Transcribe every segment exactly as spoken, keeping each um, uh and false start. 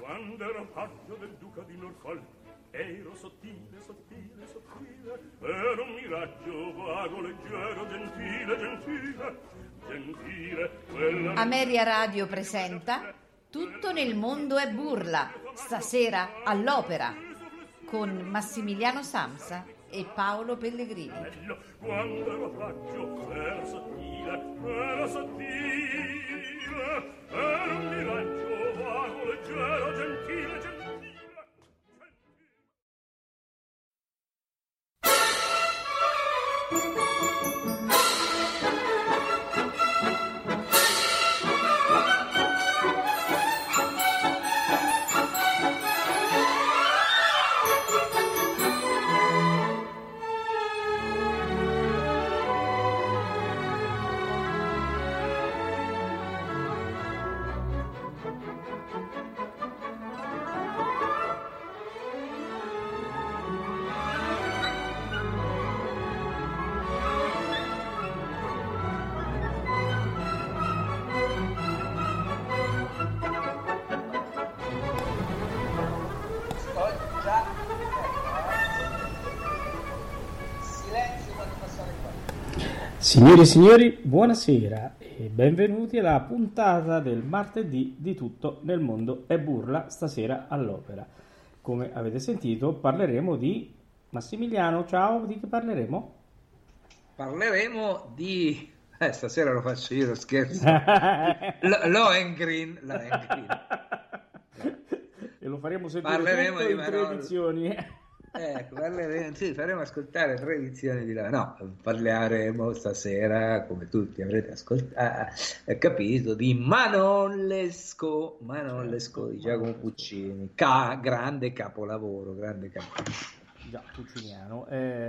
Quando ero paggio del duca di Norfolk, ero sottile, sottile, sottile, ero un miraggio vago, leggero, gentile, gentile, gentile. Quella... Ameria Radio presenta Tutto nel mondo è burla, stasera all'Opera, con Massimiliano Samsa e Paolo Pellegrini. Quando ero paggio, ero sottile, ero sottile, ero un miraggio vago, leggero, gentile, gentile. Signore e signori, buonasera e benvenuti alla puntata del martedì di Tutto nel mondo è burla, stasera all'Opera. Come avete sentito parleremo di... Massimiliano, ciao, di che parleremo? Parleremo di... Eh, stasera lo faccio io lo scherzo. L- Lohengrin. Lohengrin. E lo faremo sentire Parleremo tutto di in Manolo. tre edizioni. Ecco, parleremo, sì, faremo ascoltare tre edizioni di là. No, parleremo stasera, come tutti avrete ascoltato, eh, capito, di Manon Lescaut, Manon Lescaut di Giacomo Puccini, Ca- grande capolavoro, grande capolavoro. Già, pucciniano.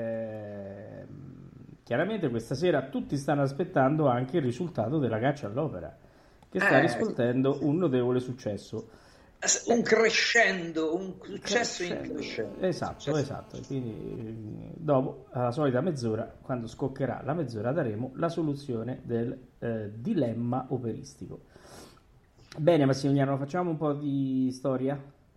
Eh, chiaramente questa sera tutti stanno aspettando anche il risultato della caccia all'opera, che sta Eh, riscuotendo un notevole successo. Un crescendo, un successo in Crescendo. crescendo. Esatto, Successo. esatto. Quindi dopo, alla solita mezz'ora, quando scoccherà la mezz'ora, daremo la soluzione del eh, dilemma operistico. Bene, Massimiliano, facciamo un po' di storia?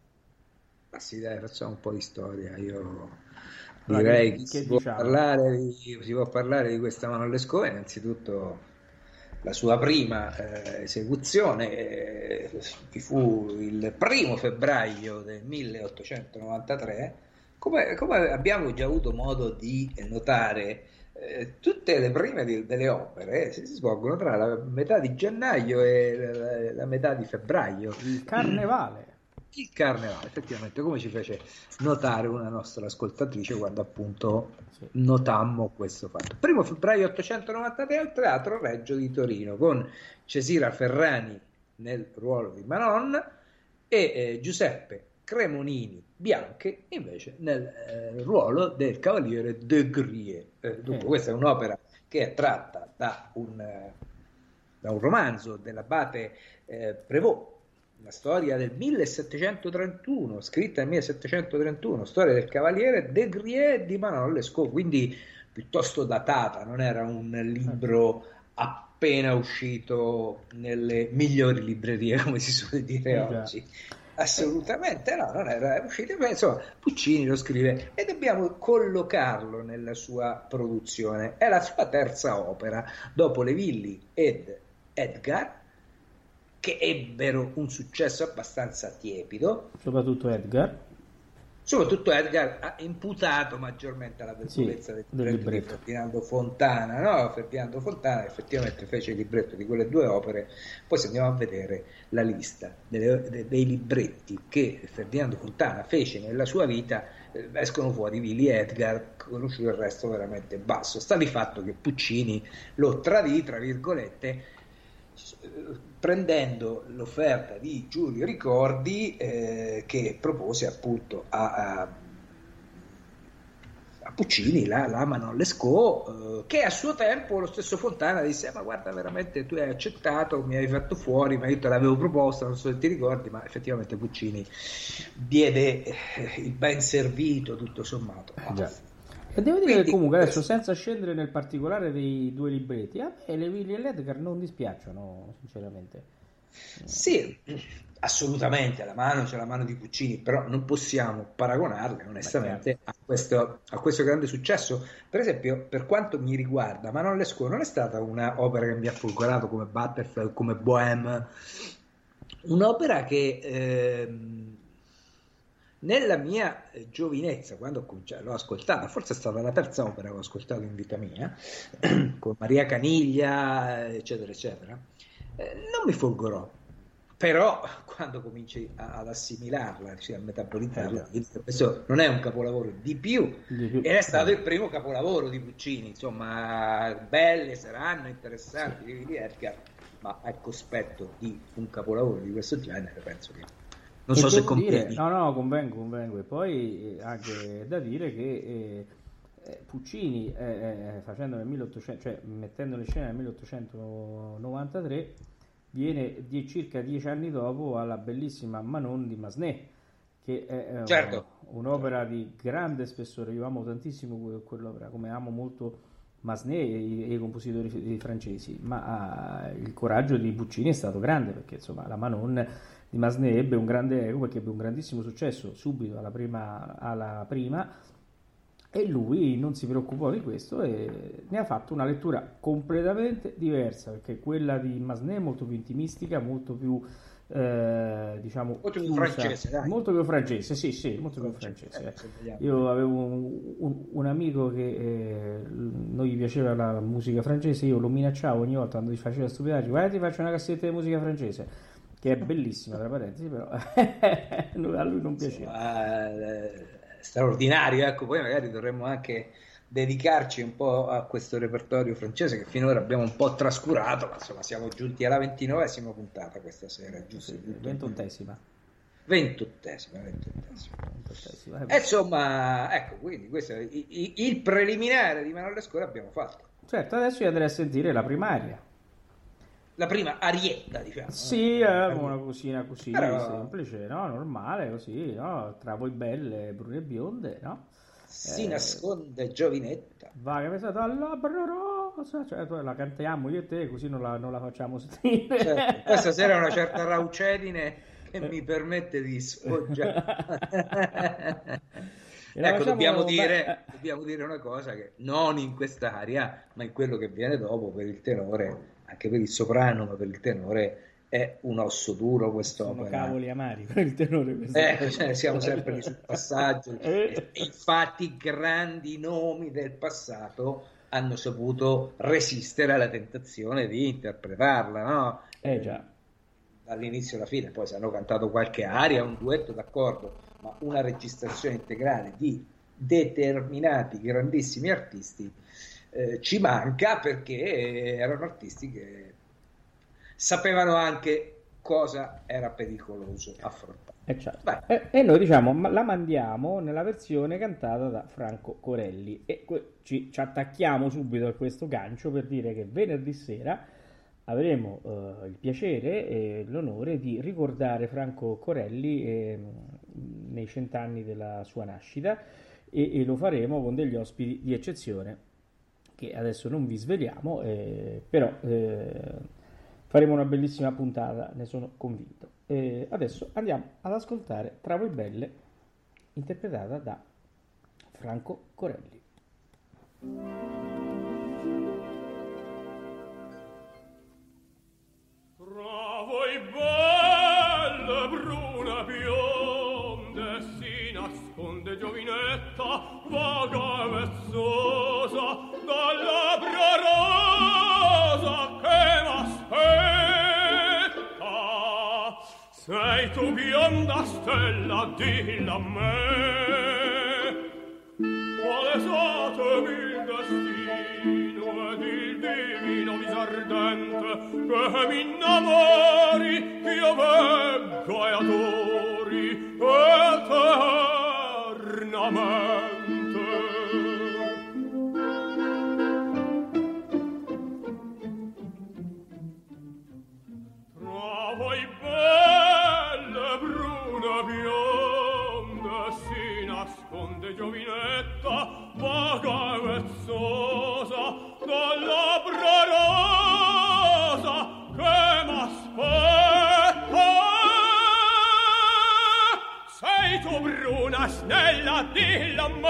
Ma sì, dai, facciamo un po' di storia. Io Allora, direi che- che, che si, può diciamo? parlare di, si può parlare di questa Manon Lescaut, innanzitutto la sua prima eh, esecuzione eh, che fu il primo febbraio del milleottocentonovantatré. Come, come abbiamo già avuto modo di notare, eh, tutte le prime di- delle opere eh, si svolgono tra la metà di gennaio e la, la metà di febbraio. Il carnevale. Il carnevale, effettivamente, come ci fece notare una nostra ascoltatrice quando appunto Sì. notammo questo fatto. Primo febbraio ottocentonovantatré al Teatro Regio di Torino con Cesira Ferrani nel ruolo di Manon e eh, Giuseppe Cremonini Bianche invece nel eh, ruolo del Cavaliere de Griers. Eh, dunque, Eh. questa è un'opera che è tratta da un, eh, da un romanzo dell'abate eh, Prévost, la storia del millesettecentotrentuno, scritta nel millesettecentotrentuno, storia del Cavaliere de Griers di Manon Lescaut, quindi piuttosto datata, non era un libro appena uscito nelle migliori librerie, come si suole dire Eh già. oggi. Assolutamente no, non era uscito. Beh, insomma, Puccini lo scrive e dobbiamo collocarlo nella sua produzione. È la sua terza opera, dopo Le Villi ed Edgar, che ebbero un successo abbastanza tiepido. Soprattutto Edgar. Soprattutto Edgar ha imputato maggiormente alla debolezza Sì, del del libretto di libretto. Ferdinando Fontana, no? Ferdinando Fontana effettivamente fece il libretto di quelle due opere. Poi se andiamo a vedere la lista delle- de- dei libretti che Ferdinando Fontana fece nella sua vita, eh, escono fuori Willy Edgar, conosciuto il resto veramente basso. Sta di fatto che Puccini lo tradì, tra virgolette, prendendo l'offerta di Giulio Ricordi eh, che propose appunto a, a, a Puccini la, la Manon Lescaut, eh, che a suo tempo lo stesso Fontana disse: ma guarda, veramente tu hai accettato, mi hai fatto fuori, ma io te l'avevo proposta, non so se ti ricordi. Ma effettivamente Puccini diede eh, il ben servito tutto sommato. Già. E devo dire Quindi, che comunque adesso, senza scendere nel particolare dei due libretti, a me le Willy e l'Edgar non dispiacciono, sinceramente. Sì, assolutamente alla mano c'è la mano di Puccini, però non possiamo paragonarle onestamente a questo, a questo grande successo. Per esempio, per quanto mi riguarda, Manon Lescaut non è stata un'opera che mi ha folgorato come Butterfly, come Bohème, un'opera che ehm, nella mia giovinezza, quando ho cominciato, l'ho ascoltata, forse è stata la terza opera che ho ascoltato in vita mia, con Maria Caniglia, eccetera, eccetera, eh, non mi folgorò. Però quando cominci a, ad assimilarla, cioè a metabolizzarla, questo non è un capolavoro di più, di più. Ed è stato il primo capolavoro di Puccini, insomma, belle saranno, interessanti, sì. Di Edgar, ma al cospetto di un capolavoro di questo genere penso che non so se convieni. No, no, convengo, convengo. E poi anche da dire che eh, Puccini eh, facendo nel milleottocento, cioè mettendo le scene nel milleottocentonovantatré, viene di circa dieci anni dopo alla bellissima Manon di Massenet, che è certo. un'opera di grande spessore. Io amo tantissimo quell'opera, come amo molto Massenet e i, e i compositori francesi, ma uh, il coraggio di Puccini è stato grande, perché insomma la Manon di Massenet ebbe un grande eco, perché ebbe un grandissimo successo subito alla prima, alla prima, e lui non si preoccupò di questo e ne ha fatto una lettura completamente diversa, perché quella di Massenet è molto più intimistica, molto più eh, diciamo molto più francese, dai. molto più francese, sì, sì, molto più francese. Eh, io avevo un, un, un amico che eh, non gli piaceva la musica francese, io lo minacciavo ogni volta quando gli faceva stupidaggine: guarda, ti faccio una cassetta di musica francese, che è bellissima tra parentesi, però a lui non piaceva. Uh, straordinario, ecco. Poi magari dovremmo anche dedicarci un po' a questo repertorio francese che finora abbiamo un po' trascurato, ma insomma siamo giunti alla ventinovesima puntata questa sera, giusto? Sì, ventottesima. Ventottesima, ventottesima. ventottesima. E insomma, ecco, quindi questo è il, il preliminare di Manon Lescaut l'abbiamo fatto. Certo, adesso io andrei a sentire la primaria. La prima arietta, diciamo. Sì, no? eh, una cosina così, però... semplice, no? Normale, così, no? Tra voi belle, brune e bionde, no? Si eh, nasconde giovinetta. Va, che pensato al labbro rosa, cioè la cantiamo io e te, così non la, non la facciamo sentire. Certo, questa sera è una certa raucedine che mi permette di sfoggiare. Ecco, dobbiamo dire, dobbiamo dire una cosa, che non in quest'aria, ma in quello che viene dopo, per il tenore, anche per il soprano, ma per il tenore è un osso duro quest'opera. Sono cavoli amari per il tenore. Eh, cioè, siamo sempre lì sul passaggio. E infatti grandi nomi del passato hanno saputo resistere alla tentazione di interpretarla, no? Eh già. Dall'inizio alla fine. Poi se hanno cantato qualche aria, un duetto, d'accordo, ma una registrazione integrale di determinati grandissimi artisti eh, ci manca, perché erano artisti che sapevano anche cosa era pericoloso affrontare. Eh, certo. e, e noi diciamo la mandiamo nella versione cantata da Franco Corelli e ci, ci attacchiamo subito a questo gancio per dire che venerdì sera avremo uh, il piacere e l'onore di ricordare Franco Corelli eh, nei cent'anni della sua nascita e, e lo faremo con degli ospiti di eccezione che adesso non vi sveliamo, eh, però eh, faremo una bellissima puntata, ne sono convinto. E adesso andiamo ad ascoltare Tra voi belle, interpretata da Franco Corelli. Tra voi belle, bruna, bionde, si nasconde giovinetta, vaga e vezzosa, dal labbro rosa che m'aspetta. Sei tu bionda stella, dilla a me, quale stato il destino ed il divino vis ardente che mi innamori, che io vegga e adori eternamente. Tra voi belle, bruna, bionda, si nasconde giovinetta, vaga e vezzosa, dal labbro rosa che m'aspetta. la stella dell'amore.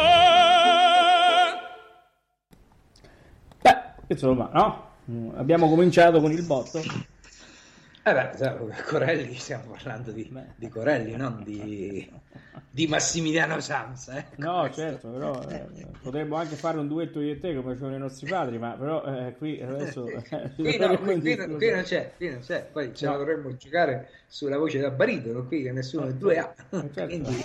Beh, insomma, no? Abbiamo cominciato con il botto. Eh beh, Corelli, stiamo parlando di, di Corelli, non di, di Massimiliano Samsa. Eh. No, certo, però eh, potremmo anche fare un duetto io e te come facevano i nostri padri, ma però eh, qui adesso... Eh, qui, no, qui, qui, non, qui non c'è, qui non c'è, poi ce no. la dovremmo giocare sulla voce da baritono, qui che nessuno dei due ha. Certo. Quindi...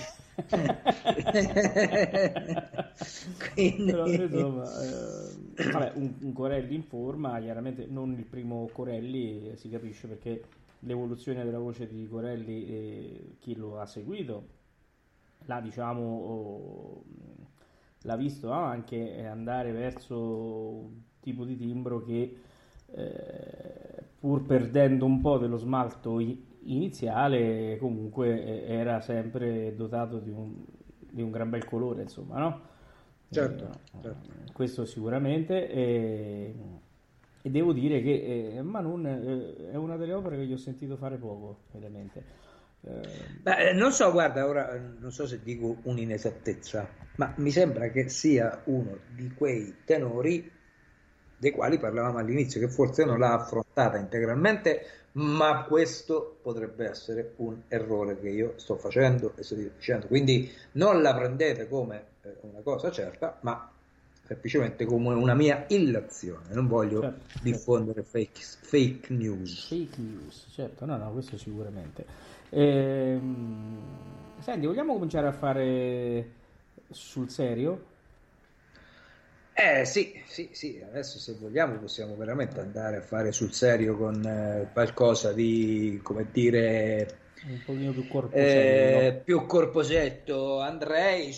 Quindi... Però, insomma, eh, vabbè, un, un Corelli in forma, chiaramente non il primo Corelli, eh, si capisce perché l'evoluzione della voce di Corelli, eh, chi lo ha seguito l'ha, diciamo, oh, l'ha visto, no? Anche andare verso un tipo di timbro che eh, pur perdendo un po' dello smalto i- iniziale comunque eh, era sempre dotato di un, di un gran bel colore, insomma, no? Certo, eh, certo. Questo sicuramente, e, e devo dire che eh, Manon eh, è una delle opere che gli ho sentito fare poco, veramente. Eh, Beh, non so, guarda, ora non so se dico un'inesattezza, ma mi sembra che sia uno di quei tenori dei quali parlavamo all'inizio, che forse non l'ha affrontata integralmente, ma questo potrebbe essere un errore che io sto facendo e sto dicendo, quindi non la prendete come eh, una cosa certa, ma semplicemente come una mia illazione, non voglio certo, diffondere certo. Fake, fake news. Fake news, certo, no, no, questo sicuramente. Ehm, senti, vogliamo cominciare a fare sul serio? Eh sì, sì, sì, adesso se vogliamo possiamo veramente andare a fare sul serio con eh, qualcosa di, come dire, un pochino più corposetto, eh, no? più corposetto. Andrei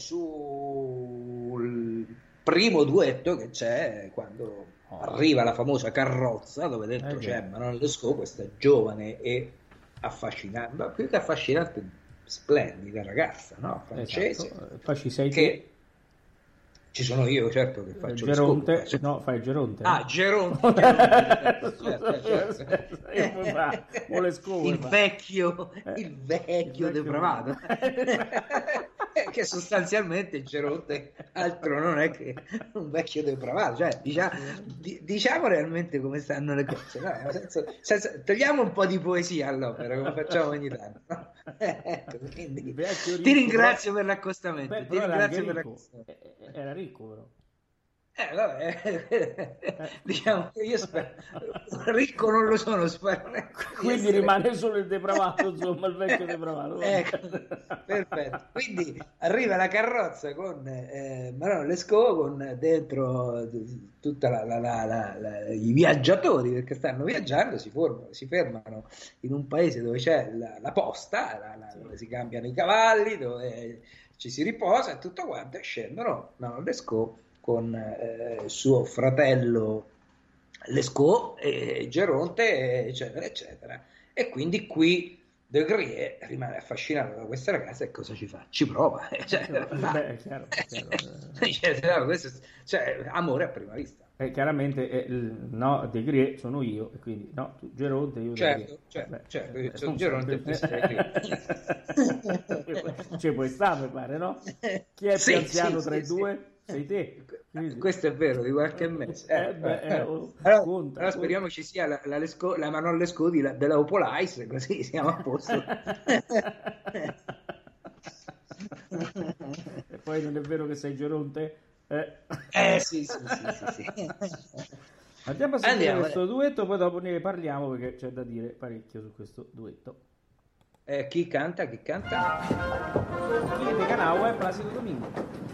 sul primo duetto che c'è quando Oh. arriva la famosa carrozza dove dentro Eh, c'è sì. Manon Lescaut, questa giovane e affascinante, ma più che affascinante, splendida ragazza, no? Francese, Esatto. Poi ci sei che te, ci sono io, certo, che faccio lo Geronte, scopo. no, fai il Geronte. Ah, Geronte, Geronte, certo, certo. Io come fa? Vuole scopo, il fa. vecchio, Eh, il vecchio il vecchio- depravato. Che sostanzialmente il Geronte altro non è che un vecchio depravato, cioè diciamo, di- diciamo realmente come stanno le cose, no? Nel senso- senza- togliamo un po' di poesia all'opera come facciamo ogni tanto, no? Ecco, quindi, Il vecchio ti ricco, ringrazio però- per l'accostamento, Beh, ti però era anche ringrazio per ricco. l'accostamento. Eh, eh, Era ricco, però. Eh, vabbè, diciamo che io spero, ricco non lo sono, spero. di Quindi essere- rimane solo il depravato, insomma, il vecchio depravato. Ecco, perfetto. Quindi arriva la carrozza con eh, Manon Lescaut, con dentro tutti i viaggiatori, perché stanno viaggiando, si, formano, si fermano in un paese dove c'è la, la posta, la, la, dove si cambiano i cavalli, dove ci si riposa e tutto quanto, e scendono Manon Lescaut con eh, suo fratello Lescaut e Geronte, eccetera, eccetera. E quindi qui De Grier rimane affascinato da questa ragazza e cosa ci fa? Ci prova. Cioè, Beh, è chiaro, è chiaro. cioè, no, questo, cioè, amore a prima vista. E chiaramente eh, il- no, De Grier sono io, e quindi no, tu Geronte, io De Certo, Grier. certo, Beh, certo, eh, io sono non Geronte sempre- e tu sei Ci puoi stare, mi pare, no? Chi è Sì, più anziano sì, tra sì, i sì. due? Sei te. Quindi- Questo è vero, di qualche mese. Eh, Eh, beh, eh, oh, allora, conta, allora speriamo ci sia la, la, Lescaut- la Manon Lescaut di la- della Opolice, così siamo a posto. E poi non è vero che sei Geronte? Eh. Eh sì, sì, sì, sì, sì. Andiamo a sentire Andiamo, questo duetto, poi dopo ne parliamo perché c'è da dire parecchio su questo duetto. Eh, chi canta? Chi canta? Chi è De Canao e Placido Domingo.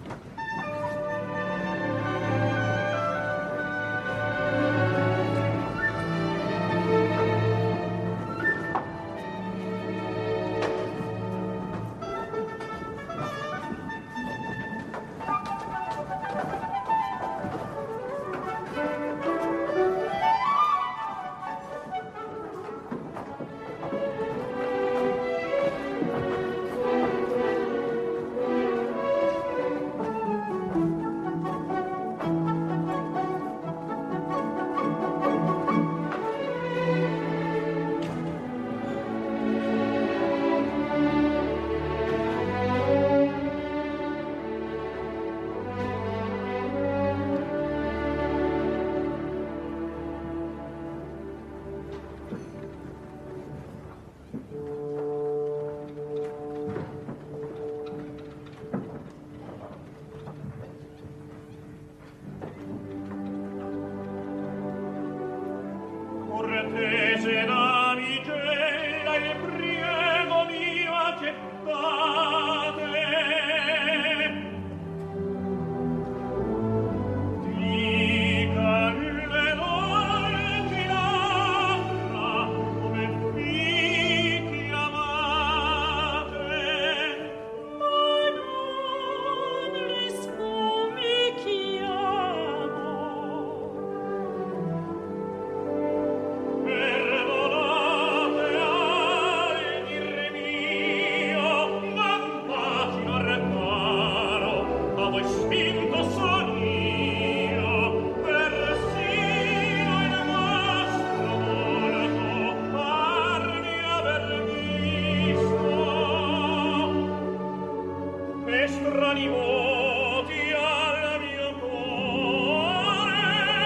mani voti al mio cuore,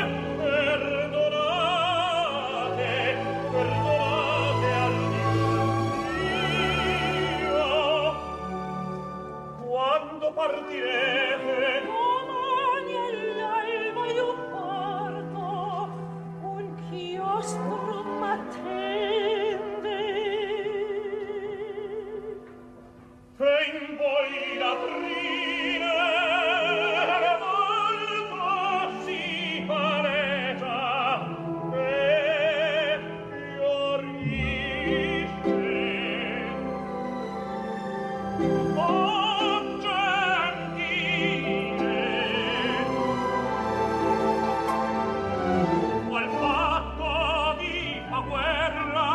perdonate, perdonate al mio. Quando partirete, domani all'alba io parto, un chiostro m'attende. e in voi l'aprile volto si palesa e fiorisce. Oh, gentile, qual fatto vi fa guerra?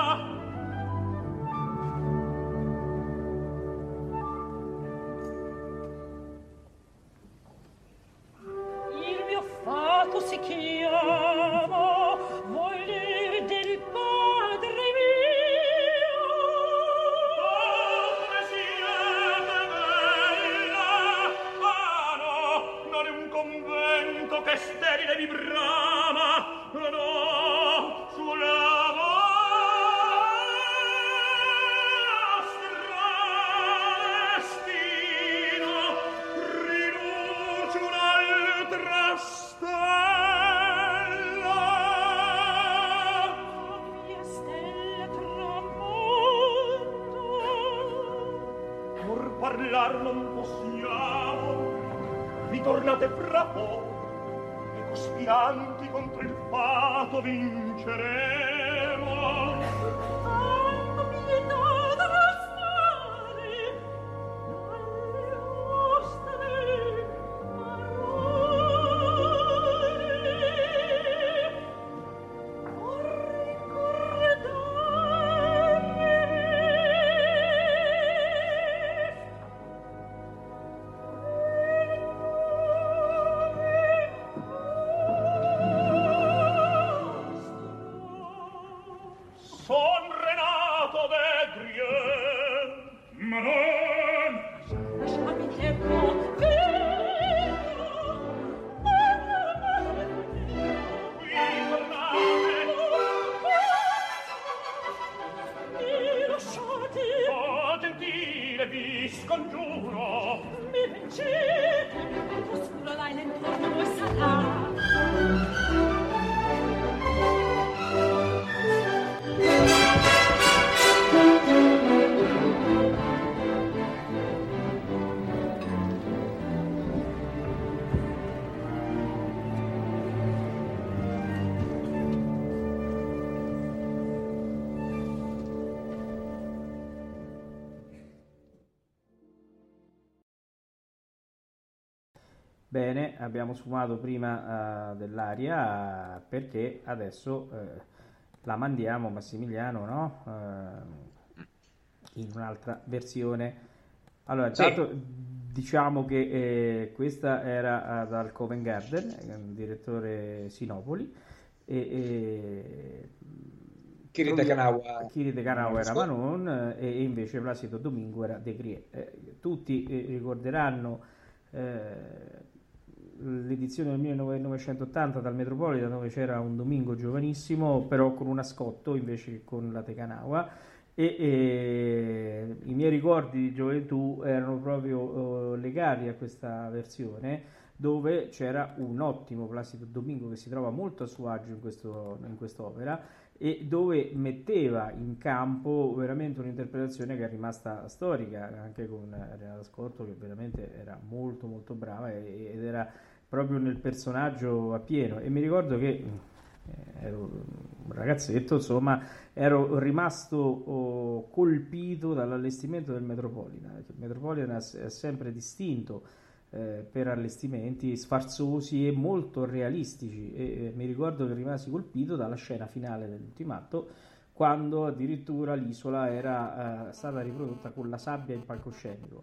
Il mio fato si chiama voler del padre mio. Come siete bella! Ah no, non è un convento che sterile vi brama, no, sulla vostra destino riluce un'altra stella. Mie stelle tramonto. Or parlar non possiamo, ritornate fra poco, e cospiranti contro il fato vinceremo. Hanno pietà da fare dalle nostre parole. Corri, corre, Son Renato de Grien, ma non lasciami tempo, vengo, qui tornate. mi lasciate, Oh, gentile, vi scongiuro. mi vencete, oscuro là intorno voi sarà. Bene, abbiamo sfumato prima uh, dell'aria uh, perché adesso uh, la mandiamo, Massimiliano, no? Uh, in un'altra versione. Allora, Sì. intanto diciamo che eh, questa era uh, dal Covent Garden, eh, direttore Sinopoli, e, e Kiri de Kanawa. Kiri de Kanawa era Manon e invece Placido Domingo era De Grier. Eh, tutti eh, ricorderanno eh, l'edizione del millenovecentottanta dal Metropolitan, dove c'era un Domingo giovanissimo però con un ascotto invece che con la De Kanawa, e, e i miei ricordi di gioventù erano proprio eh, legati a questa versione, dove c'era un ottimo Placido Domingo che si trova molto a suo agio in, questo, in quest'opera, e dove metteva in campo veramente un'interpretazione che è rimasta storica, anche con Renata Scotto, che veramente era molto molto brava ed era proprio nel personaggio a pieno. E mi ricordo che eh, ero un ragazzetto, insomma, ero rimasto oh, colpito dall'allestimento del Metropolitan. Il Metropolitan è sempre distinto eh, per allestimenti sfarzosi e molto realistici, e eh, mi ricordo che rimasi colpito dalla scena finale dell'ultimato, quando addirittura l'isola era eh, stata riprodotta con la sabbia in palcoscenico,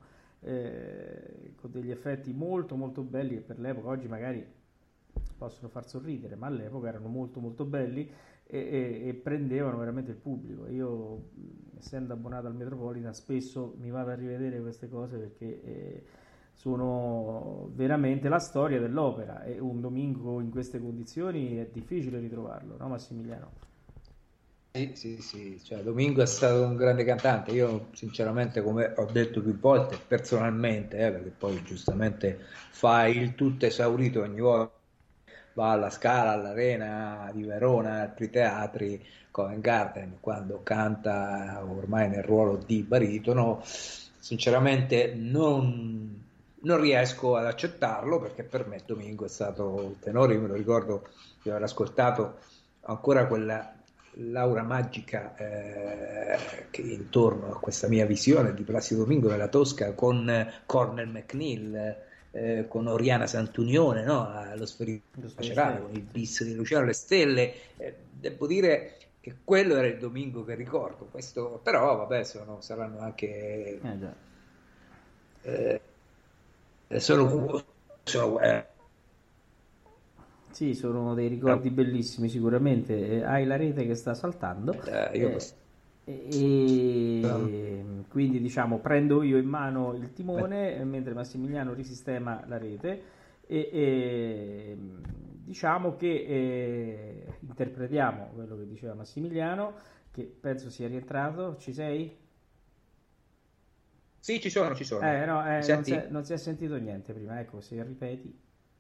eh, con degli effetti molto molto belli che per l'epoca oggi magari possono far sorridere, ma all'epoca erano molto molto belli e, e, e prendevano veramente il pubblico. Io, essendo abbonato al Metropolitan, spesso mi vado a rivedere queste cose perché eh, sono veramente la storia dell'opera, e un Domingo in queste condizioni è difficile ritrovarlo, no Massimiliano? Sì, sì, sì, cioè, Domingo è stato un grande cantante. Io sinceramente, come ho detto più volte, personalmente, eh, perché poi giustamente fa il tutto esaurito ogni volta, va alla Scala, all'Arena di Verona, altri teatri, Covent Garden, quando canta ormai nel ruolo di baritono, sinceramente non, non riesco ad accettarlo, perché per me Domingo è stato il tenore. Io me lo ricordo di aver ascoltato ancora quella l'aura magica eh, che intorno a questa mia visione di Placido Domingo nella Tosca, con eh, Cornel McNeil, eh, con Oriana Santunione, no? Allo Sferico Lo so, Macerata, con il bis di Luciano Le Stelle. Eh, devo dire che quello era il Domingo che ricordo. Questo, però vabbè, sono, saranno anche Eh, già. eh, sono, sono eh, Sì, sono dei ricordi bellissimi sicuramente. Eh, hai la rete che sta saltando, eh, io eh, e quindi diciamo prendo io in mano il timone eh, mentre Massimiliano risistema la rete, e, e, diciamo che eh, interpretiamo quello che diceva Massimiliano, che penso sia rientrato. Ci sei? sì, ci sono, ci sono. Eh, no, eh, Mi non senti? si è, non si è sentito niente prima, ecco, se ripeti.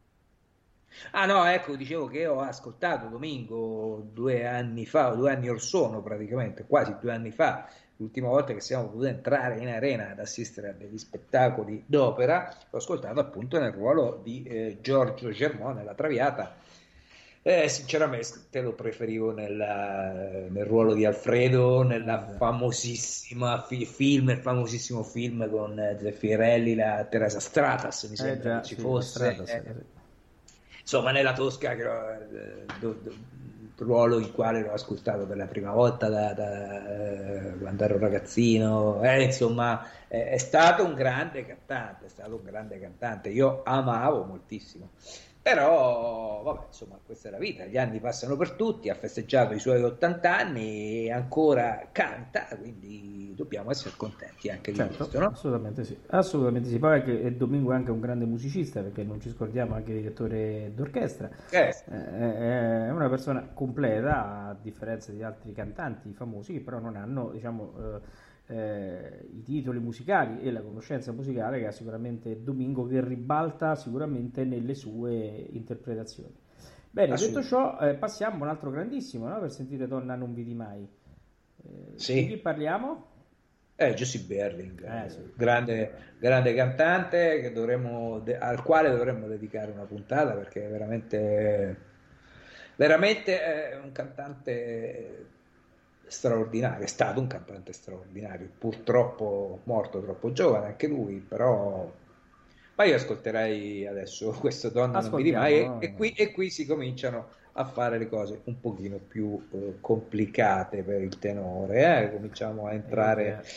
Ah no, ecco, dicevo che ho ascoltato Domingo due anni fa, o due anni or sono praticamente, quasi due anni fa, l'ultima volta che siamo potuti entrare in arena ad assistere a degli spettacoli d'opera, l'ho ascoltato appunto nel ruolo di eh, Giorgio Germont nella Traviata. Eh, sinceramente lo preferivo nella- nel ruolo di Alfredo, nella Eh, famosissima fi- film, il famosissimo film con eh, Zeffirelli, la Teresa Stratas, mi eh sembra già, che ci sì, la fosse. strada, sì, eh, sì. insomma, nella Tosca, che, eh, do- do- ruolo in quale l'ho ascoltato per la prima volta da, da, eh, quando ero ragazzino. Eh, insomma, è, è stato un grande cantante, è stato un grande cantante. Io amavo moltissimo. Però, vabbè, insomma, questa è la vita, gli anni passano per tutti, ha festeggiato i suoi ottanta anni e ancora canta, quindi dobbiamo essere contenti anche di Certo, questo, no? assolutamente sì, assolutamente sì. Poi anche eh, Domingo è anche un grande musicista, perché non ci scordiamo anche direttore d'orchestra. Eh, Eh, è una persona completa, a differenza di altri cantanti famosi che però non hanno, diciamo, eh, eh, i titoli musicali e la conoscenza musicale che ha sicuramente Domingo, che ribalta sicuramente nelle sue interpretazioni. Bene, detto assolutamente. ciò, eh, passiamo a un altro grandissimo, no? Per sentire Donna non vidi mai. Eh, di chi Sì. parliamo? Eh, Jussi Berling, Eh eh, sì, grande, grande cantante che dovremmo de- al quale dovremmo dedicare una puntata, perché è veramente, veramente è un cantante straordinario, è stato un cantante straordinario, purtroppo morto troppo giovane anche lui, però. Ma io ascolterei adesso questo Donna non mi di mai, e, ascoltiamolo. e qui, e qui si cominciano a fare le cose un pochino più eh, complicate per il tenore, eh? Cominciamo a Eh, entrare già.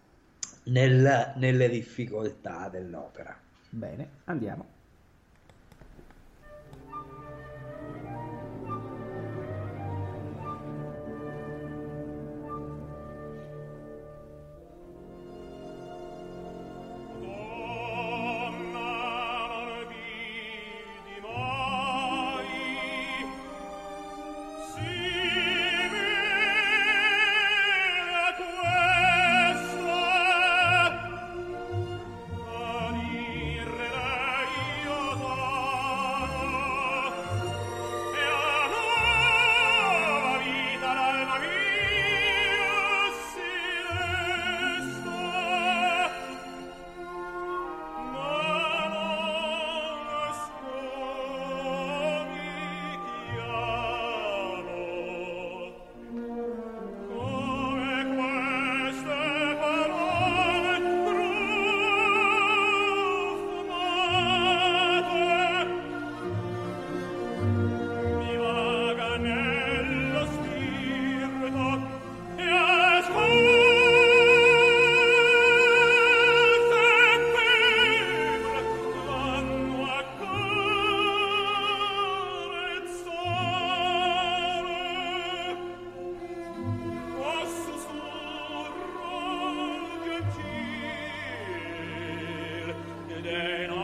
nel- nelle difficoltà dell'opera. Bene, andiamo. Dei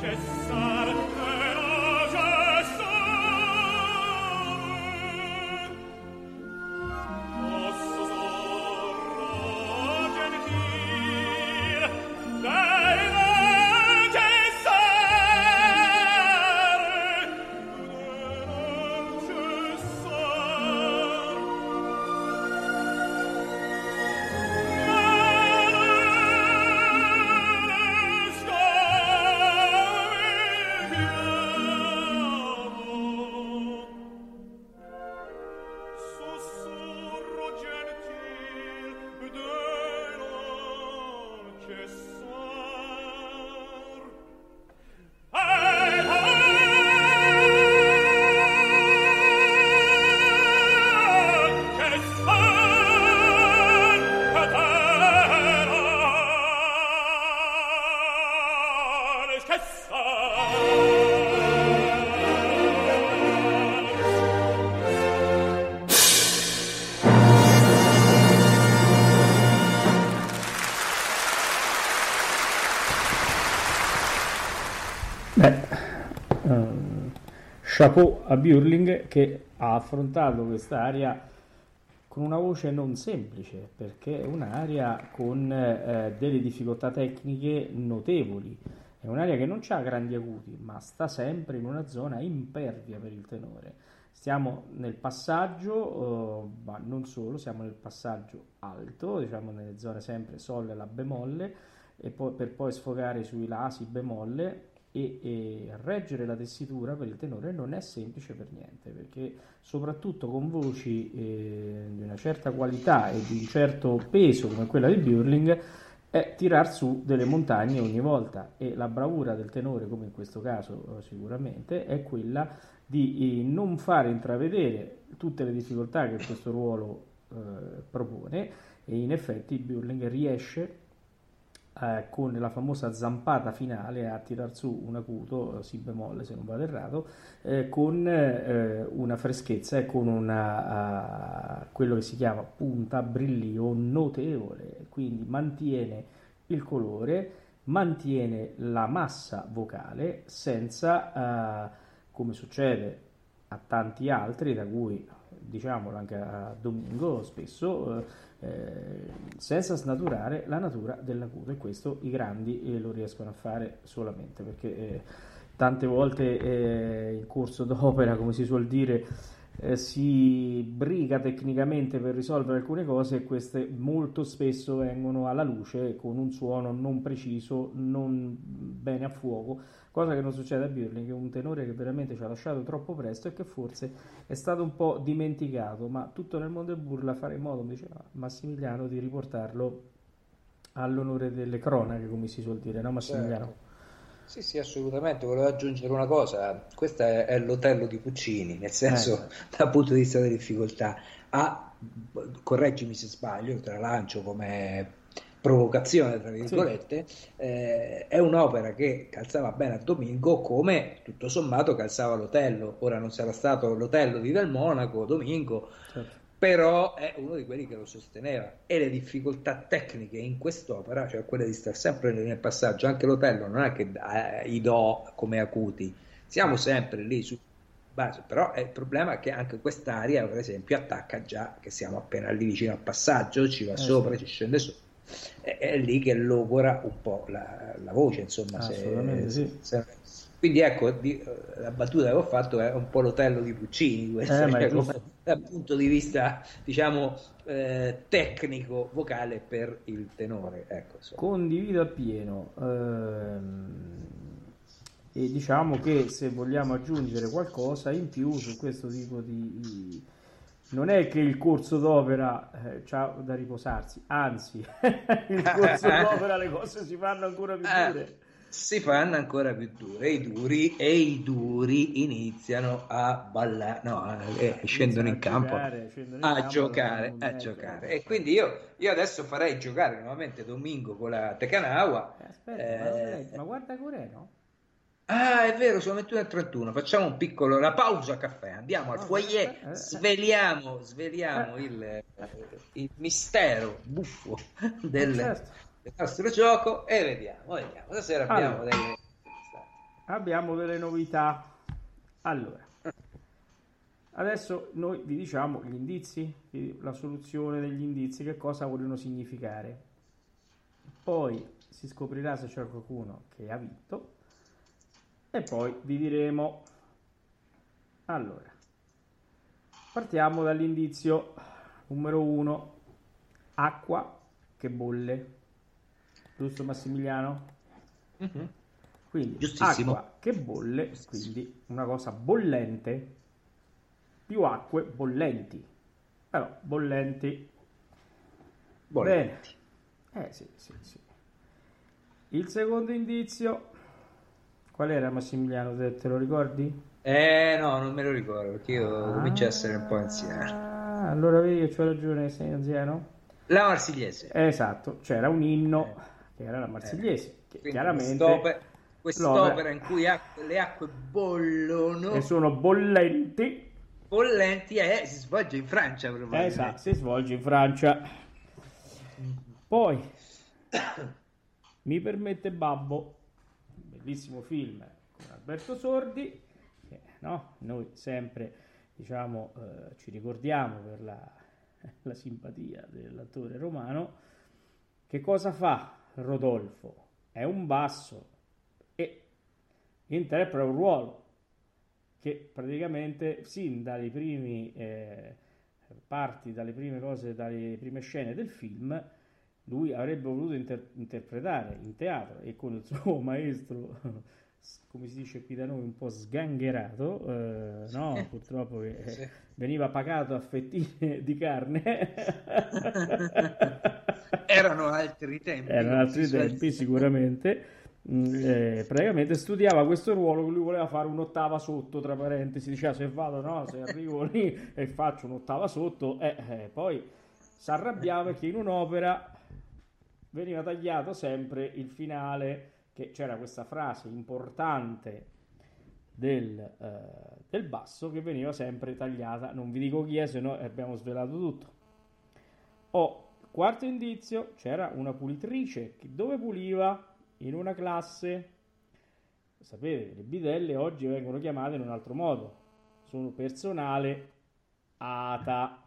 Chapeau a Björling, che ha affrontato quest'aria con una voce non semplice, perché è un'aria con eh, delle difficoltà tecniche notevoli. È un'aria che non ha grandi acuti, ma sta sempre in una zona impervia per il tenore. Stiamo nel passaggio, eh, ma non solo, siamo nel passaggio alto, diciamo nelle zone sempre sol e la bemolle, e poi, per poi sfogare sui la, si bemolle. E, e reggere la tessitura per il tenore non è semplice per niente, perché soprattutto con voci eh, di una certa qualità e di un certo peso come quella di Björling è tirar su delle montagne ogni volta, e la bravura del tenore, come in questo caso eh, sicuramente, è quella di eh, non fare intravedere tutte le difficoltà che questo ruolo eh, propone, e in effetti Björling riesce Eh, con la famosa zampata finale a tirar su un acuto, si bemolle se non vado errato, eh, con eh, una freschezza e con una uh, quello che si chiama punta brillio notevole, quindi mantiene il colore, mantiene la massa vocale senza, uh, come succede a tanti altri, da cui diciamolo anche a Domingo spesso, eh, Eh, senza snaturare la natura dell'acuto, e questo i grandi eh, lo riescono a fare solamente perché eh, tante volte eh, in corso d'opera, come si suol dire, eh, si briga tecnicamente per risolvere alcune cose, e queste molto spesso vengono alla luce con un suono non preciso, non bene a fuoco, cosa che non succede a Björling, che è un tenore che veramente ci ha lasciato troppo presto e che forse è stato un po' dimenticato, ma tutto nel mondo del burla fare in modo, come diceva Massimiliano, di riportarlo all'onore delle cronache, come si suol dire, no Massimiliano? Certo. Sì, sì, assolutamente. Volevo aggiungere una cosa: questo è, è l'Otello di Puccini, nel senso, eh. dal punto di vista delle difficoltà, ha, correggimi se sbaglio, te la lancio come provocazione tra virgolette, sì. eh, è un'opera che calzava bene a Domingo, come tutto sommato calzava l'Otello. Ora non sarà stato l'Otello di Del Monaco, Domingo, certo, però è uno di quelli che lo sosteneva, e le difficoltà tecniche in quest'opera, cioè quelle di stare sempre nel passaggio, anche l'Otello non è che eh, i do come acuti, siamo sempre lì su base, però è il problema è che anche quest'aria per esempio attacca già che siamo appena lì vicino al passaggio, ci va eh, sopra, sì, ci scende sopra, è, è lì che logora un po' la, la voce, insomma. Assolutamente, se, sì. se, quindi ecco, di, la battuta che ho fatto è un po' l'Otello di Puccini, questo, eh, cioè, come, dal punto di vista diciamo eh, tecnico vocale per il tenore, ecco, condivido appieno. ehm, e diciamo che se vogliamo aggiungere qualcosa in più su questo tipo di, di... non è che il corso d'opera eh, c'ha da riposarsi, anzi il corso d'opera le cose si fanno ancora più dure, eh, si fanno ancora più dure, i duri e i duri iniziano a ballare, no, eh, scendono in campo giocare, scendono in a campo, giocare, a giocare. E quindi io, io adesso farei giocare nuovamente Domingo con la Tecanagua. Eh, aspetta, eh... ma guarda Coreno. Ah, è vero, sono ventuno e trentuno. Facciamo un piccolo, una pausa caffè. Andiamo al foyer, sveliamo, sveliamo il, il mistero buffo del, del nostro gioco e vediamo, vediamo. Stasera abbiamo allora, delle... abbiamo delle novità. Allora, adesso noi vi diciamo gli indizi, la soluzione degli indizi, che cosa vogliono significare. Poi si scoprirà se c'è qualcuno che ha vinto e poi vi diremo. Allora, partiamo dall'indizio numero uno, acqua che bolle, giusto Massimiliano? Mm-hmm. Quindi Giustissimo. Acqua che bolle, quindi una cosa bollente, più acque bollenti. Però bollenti. Bollenti. Bene. Eh sì, sì, sì. Il secondo indizio, qual era Massimiliano? Te, te lo ricordi? Eh no, non me lo ricordo perché io Ah, comincio a essere un po' anziano. Allora vedi che c'ho ragione, sei anziano? La Marsigliese. Esatto, c'era un inno Eh. che era la Marsigliese, che Quindi chiaramente quest'opera, quest'opera l'opera- in cui acque- le acque bollono, e sono bollenti. bollenti, eh, si svolge in Francia probabilmente. Esatto, si svolge in Francia. Poi mi permette Babbo, un bellissimo film con Alberto Sordi, che no, noi sempre diciamo eh, ci ricordiamo per la, la simpatia dell'attore romano. Che cosa fa Rodolfo? È un basso e interpreta un ruolo che praticamente sin dalle primi eh, parti, dalle prime cose, dalle prime scene del film, lui avrebbe voluto inter- interpretare in teatro e con il suo maestro, come si dice qui da noi, un po' sgangherato, eh, no, purtroppo che eh, Sì. veniva pagato a fettine di carne. Erano altri tempi. Erano come altri si suol tempi dire. sicuramente. Mm, eh, praticamente studiava questo ruolo che lui voleva fare un'ottava sotto, tra parentesi, diceva se vado, no, se arrivo lì e faccio un'ottava sotto, eh, eh, poi si arrabbiava perché in un'opera veniva tagliato sempre il finale, che c'era questa frase importante del, eh, del basso che veniva sempre tagliata. Non vi dico chi è, se no abbiamo svelato tutto. Oh, quarto indizio, c'era una pulitrice che dove puliva? In una classe. Sapete, le bidelle oggi vengono chiamate in un altro modo, sono personale A T A,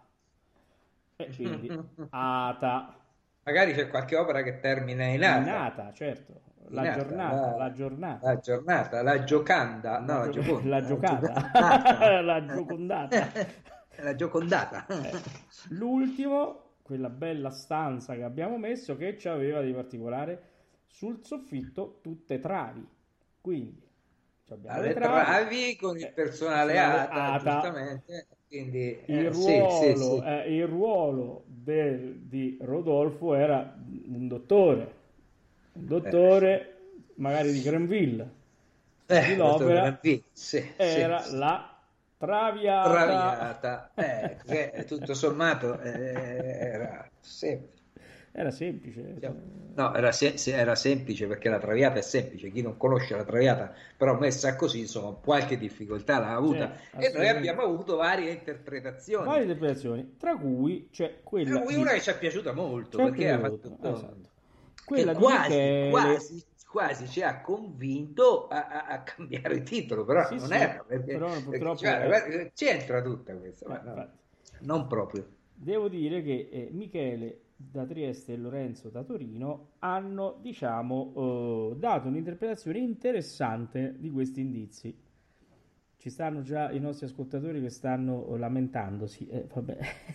e quindi A T A. Magari c'è qualche opera che termina in ata. Innata, certo, la Innata, giornata, la- la giornata, La giornata, la giocanda, no, la, la, gio- gioconda, la giocata, giocandata. la giocondata. La giocondata. Eh, L'ultimo, quella bella stanza che abbiamo messo, che ci aveva di particolare sul soffitto tutte travi, quindi ci abbiamo Alle le travi, travi con il eh, personale personale ata, ata. giustamente. Quindi, Il eh, sì, ruolo, sì, sì. eh, il ruolo del- di Rodolfo era un dottore, un dottore magari di Granville. Eh, Di dottor l'opera Granville, sì, era sì, sì. la traviata. Traviata, eh, che tutto sommato eh, era semplice. Era semplice. cioè, No, era, se- se- era semplice perché la traviata è semplice. Chi non conosce la traviata, però messa così, insomma, qualche difficoltà l'ha avuta. Sì, E noi assolutamente. abbiamo avuto varie interpretazioni. Varie interpretazioni, tra cui c'è quella Tra cui di- una che ci è piaciuta molto c'è perché ha piaciuto, fatto esatto. che Quella di quasi, Michele. quasi, quasi ci ha convinto a, a- a cambiare il titolo, però Sì, non sì, era perché, però perché, purtroppo cioè, è- guarda, c'entra tutta questa, Eh, ma no, infatti. non proprio. Devo dire che eh, Michele da Trieste e Lorenzo da Torino hanno, diciamo, eh, dato un'interpretazione interessante di questi indizi. Ci stanno già i nostri ascoltatori che stanno lamentandosi. Eh, vabbè.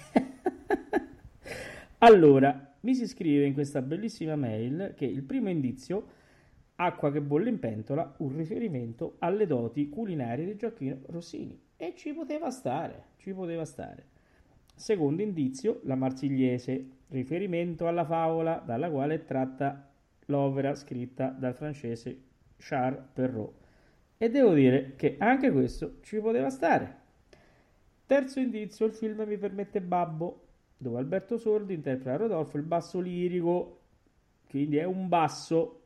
Allora, mi si scrive in questa bellissima mail che il primo indizio, acqua che bolle in pentola, un riferimento alle doti culinarie di Gioacchino Rossini. E ci poteva stare, ci poteva stare. Secondo indizio, la Marsigliese, riferimento alla favola dalla quale è tratta l'opera scritta dal francese Charles Perrault. E devo dire che anche questo ci poteva stare. Terzo indizio, il film Mi permette Babbo, dove Alberto Sordi interpreta Rodolfo, il basso lirico, quindi è un basso.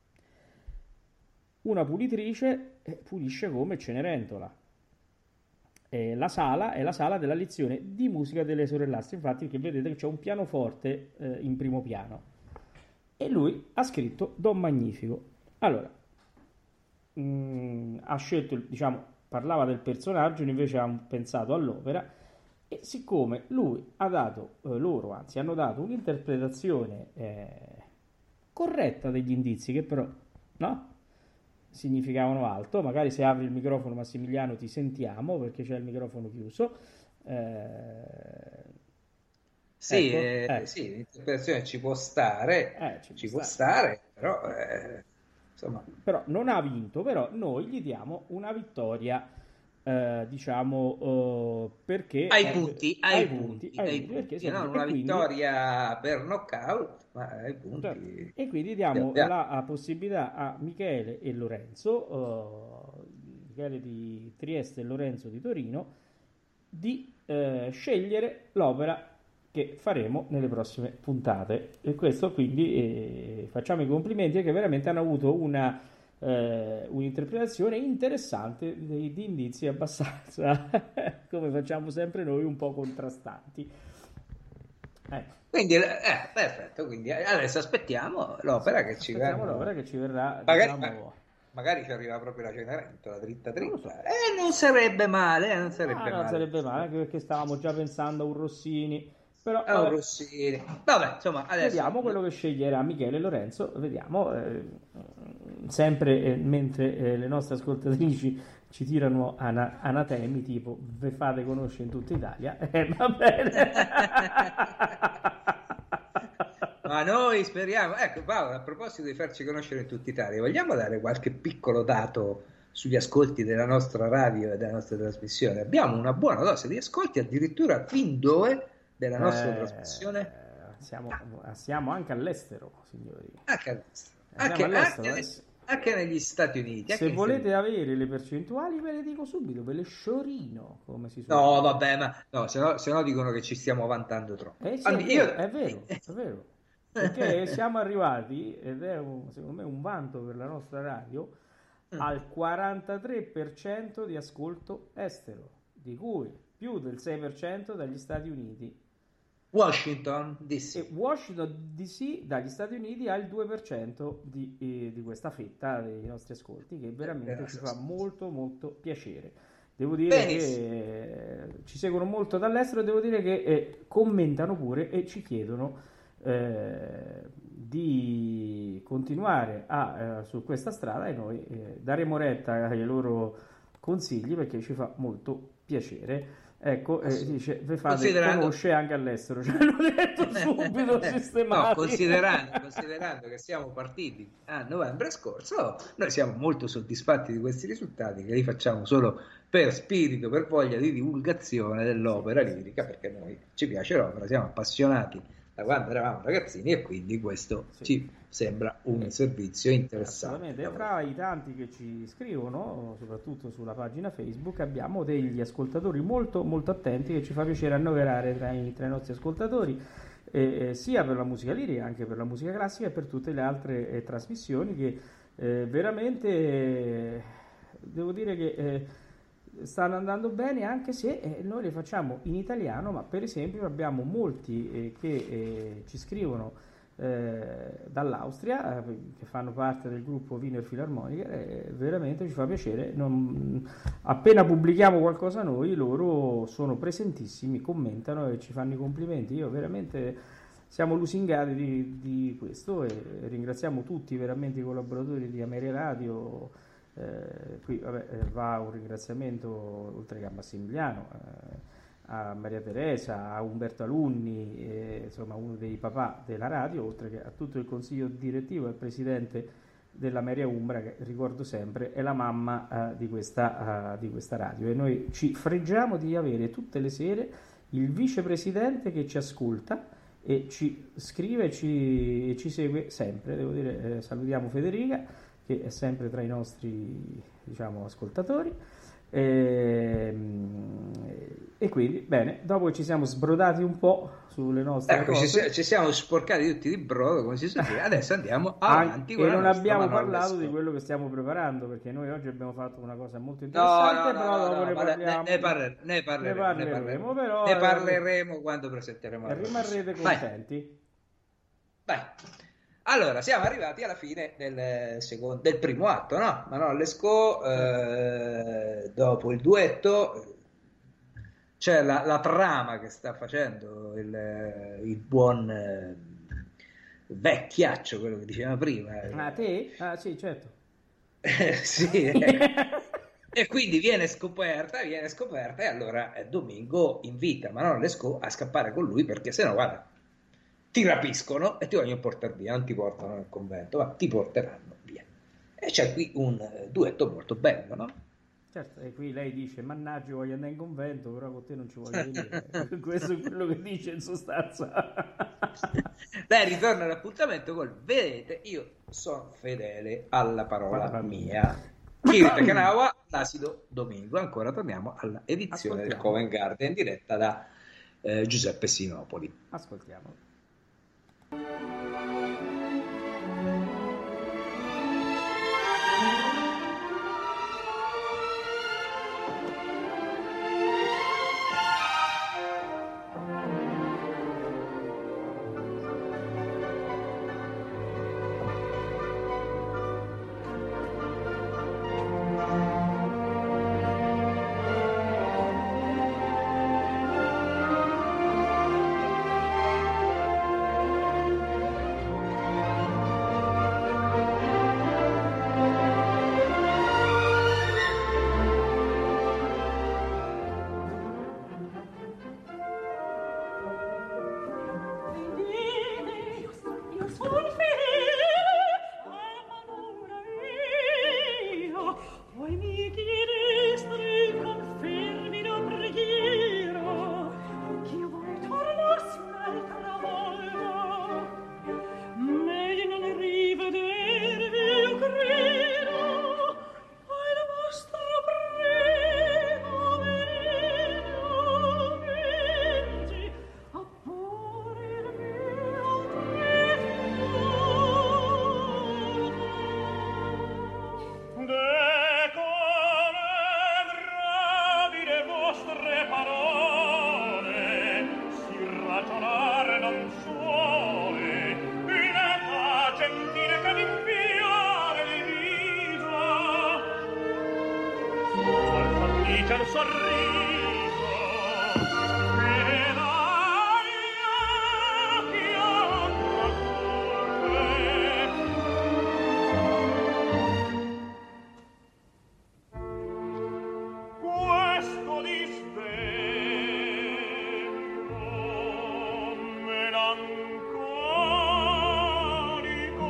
Una pulitrice eh, pulisce come Cenerentola. Eh, la sala è la sala della lezione di musica delle sorellastre, infatti, che vedete che c'è un pianoforte eh, in primo piano. E lui ha scritto Don Magnifico. Allora, mh, ha scelto, diciamo, parlava del personaggio, noi invece abbiamo pensato all'opera, e siccome lui ha dato, eh, loro anzi hanno dato un'interpretazione eh, corretta degli indizi, che però, no? Significavano altro. Magari se apri il microfono, Massimiliano, ti sentiamo perché c'è il microfono chiuso. Eh, Sì, ecco, eh, ecco. sì, l'interpretazione ci può stare, Eh, ci ci può può stare. stare, però eh, insomma, Però non ha vinto, però noi gli diamo una vittoria, eh, diciamo, eh, perché ai eh, punti, ai ai punti, punti, ai ai punti, perché punti, sono non e una quindi, vittoria per knockout, ma ai certo, punti. e quindi Sì, diamo abbiamo. la possibilità a Michele e Lorenzo, eh, Michele di Trieste e Lorenzo di Torino, di eh, scegliere l'opera che faremo nelle prossime puntate. E questo quindi eh, facciamo i complimenti, perché veramente hanno avuto una eh, un'interpretazione interessante di, di indizi abbastanza, come facciamo sempre noi, un po' contrastanti. Ecco. Quindi, eh, perfetto, quindi adesso aspettiamo l'opera che ci Aspettiamo verrà. l'opera che ci verrà, Magari, diciamo... magari ci arriva proprio la Cenerentola, dritta Non lo so. dritta. E non sarebbe male, eh, non Ah, sarebbe non male. sarebbe male, anche perché stavamo già pensando a un Rossini, però È un vabbè, Rossini. Vabbè, insomma, adesso vediamo quello che sceglierà Michele e Lorenzo, vediamo, eh, sempre eh, mentre eh, le nostre ascoltatrici ci tirano ana- anatemi, tipo ve fate conoscere in tutta Italia, eh, va bene. Ma noi speriamo, ecco Paolo, a proposito di farci conoscere in tutta Italia, vogliamo dare qualche piccolo dato sugli ascolti della nostra radio e della nostra trasmissione? Abbiamo una buona dose di ascolti, addirittura fin dove della nostra Eh, trasmissione? siamo, siamo anche all'estero, signori. Anche all'estero. Andiamo Anche, all'estero, anche- eh. anche negli Stati Uniti. Se anche in volete Serbia. avere le percentuali, ve le dico subito, ve le sciorino, come si suol No, dire. vabbè, ma no, se no, se no dicono che ci stiamo vantando troppo. Eh sì, è Andi- vero, io- è vero, è vero. Perché siamo arrivati, ed è un- secondo me un vanto per la nostra radio, al quarantatré per cento di ascolto estero, di cui più del sei per cento dagli Stati Uniti. Washington D E C. Washington D C dagli Stati Uniti ha il due per cento di, eh, di questa fetta dei nostri ascolti, che veramente ci fa molto molto piacere. Devo dire Benissimo. che eh, ci seguono molto dall'estero, e devo dire che eh, commentano pure e ci chiedono eh, di continuare a, eh, su questa strada, e noi eh, daremo retta ai loro consigli, perché ci fa molto piacere. Ecco, eh, dice, ve fate Considerando- conosce anche all'estero, cioè l'ho detto subito, No, sistematico. considerando, considerando che siamo partiti a novembre scorso, noi siamo molto soddisfatti di questi risultati, che li facciamo solo per spirito, per voglia di divulgazione dell'opera lirica, perché noi ci piace l'opera, siamo appassionati da quando eravamo ragazzini, e quindi questo Sì. ci sembra un servizio interessante. Assolutamente. E tra i tanti che ci scrivono, soprattutto sulla pagina Facebook, abbiamo degli ascoltatori molto molto attenti, che ci fa piacere annoverare tra i, tra i nostri ascoltatori, eh, sia per la musica lirica, anche per la musica classica, e per tutte le altre eh, trasmissioni che eh, veramente eh, devo dire che eh, stanno andando bene, anche se eh, noi le facciamo in italiano, ma per esempio abbiamo molti eh, che eh, ci scrivono eh, dall'Austria, eh, che fanno parte del gruppo Wiener Philharmoniker, e veramente ci fa piacere. Non- appena pubblichiamo qualcosa noi, loro sono presentissimi, commentano e ci fanno i complimenti. Io veramente siamo lusingati di, di questo, e ringraziamo tutti veramente i collaboratori di Ameria Radio. Eh, qui vabbè, eh, va un ringraziamento, oltre che a Massimiliano, eh, a Maria Teresa, a Umberto Alunni, eh, insomma uno dei papà della radio, oltre che a tutto il consiglio direttivo e al presidente della Maria Umbra, che ricordo sempre è la mamma eh, di, questa, eh, di questa radio. E noi ci freggiamo di avere tutte le sere il vicepresidente che ci ascolta e ci scrive e ci, e ci segue sempre. Devo dire, eh, salutiamo Federica, che è sempre tra i nostri, diciamo, ascoltatori. E, e quindi, bene, dopo che ci siamo sbrodati un po' sulle nostre Ecco, ci, cose, si- ci siamo sporcati tutti di brodo, come si suol dire. Adesso andiamo avanti. e con la non nostra abbiamo manovra parlato di scorsa. quello che stiamo preparando, perché noi oggi abbiamo fatto una cosa molto No, interessante, no, però no, dopo no, ne ma parliamo. ne, parler- ne parleremo, Ne parleremo, ne parleremo, però, ne eh, parleremo quando presenteremo la rimarrete trasmissione. Vai. contenti. Vai. Allora, siamo arrivati alla fine del, secondo, del primo atto, no? Manon Lescaut, eh, dopo il duetto, c'è la, la trama che sta facendo il, il buon eh, vecchiaccio, quello che diceva prima. Ah, te? Ah, sì, certo. Eh, sì, eh. E quindi viene scoperta, viene scoperta, e allora eh, Domingo invita Manon Lescaut a scappare con lui, perché sennò, guarda, ti rapiscono e ti vogliono portare via, non ti portano nel convento, ma ti porteranno via. E c'è qui un eh, duetto molto bello, no? Certo, e qui lei dice, mannaggia, voglio andare in convento, però con te non ci voglio venire. Questo è quello che dice in sostanza. Lei ritorna all'appuntamento col, vedete, io sono fedele alla parola Parola mia. Kirita Kanawa, l'acido Domingo. Ancora torniamo alla edizione del Ascoltiamo. Covent Garden diretta da eh, Giuseppe Sinopoli. Ascoltiamo. Io io son fedele alla parola mia. Poi mi chiedeste confermi la preghiera, ch'io voi tornassi un'altra volta. Meglio non rivedervi, io credo, al vostro prego benignamente a porre il mio tesoro. De come gravide vostre parole, si ragionare non suole, l'età gentile che m'inviare le viso, al dice il sorriso, e dagli occhi acqua scorre. Questo disdegno melanconico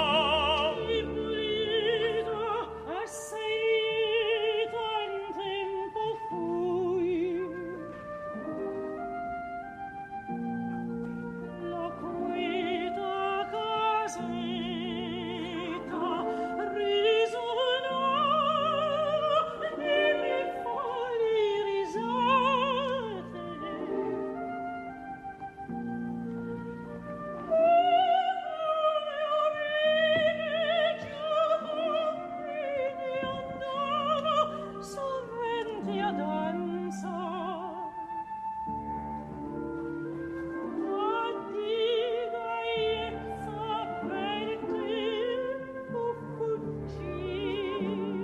impunito assai tan tempo fui, la quieta casetta risonava nelle folli risate. Sovente a danza, addio gaiezza per tempo fuggì.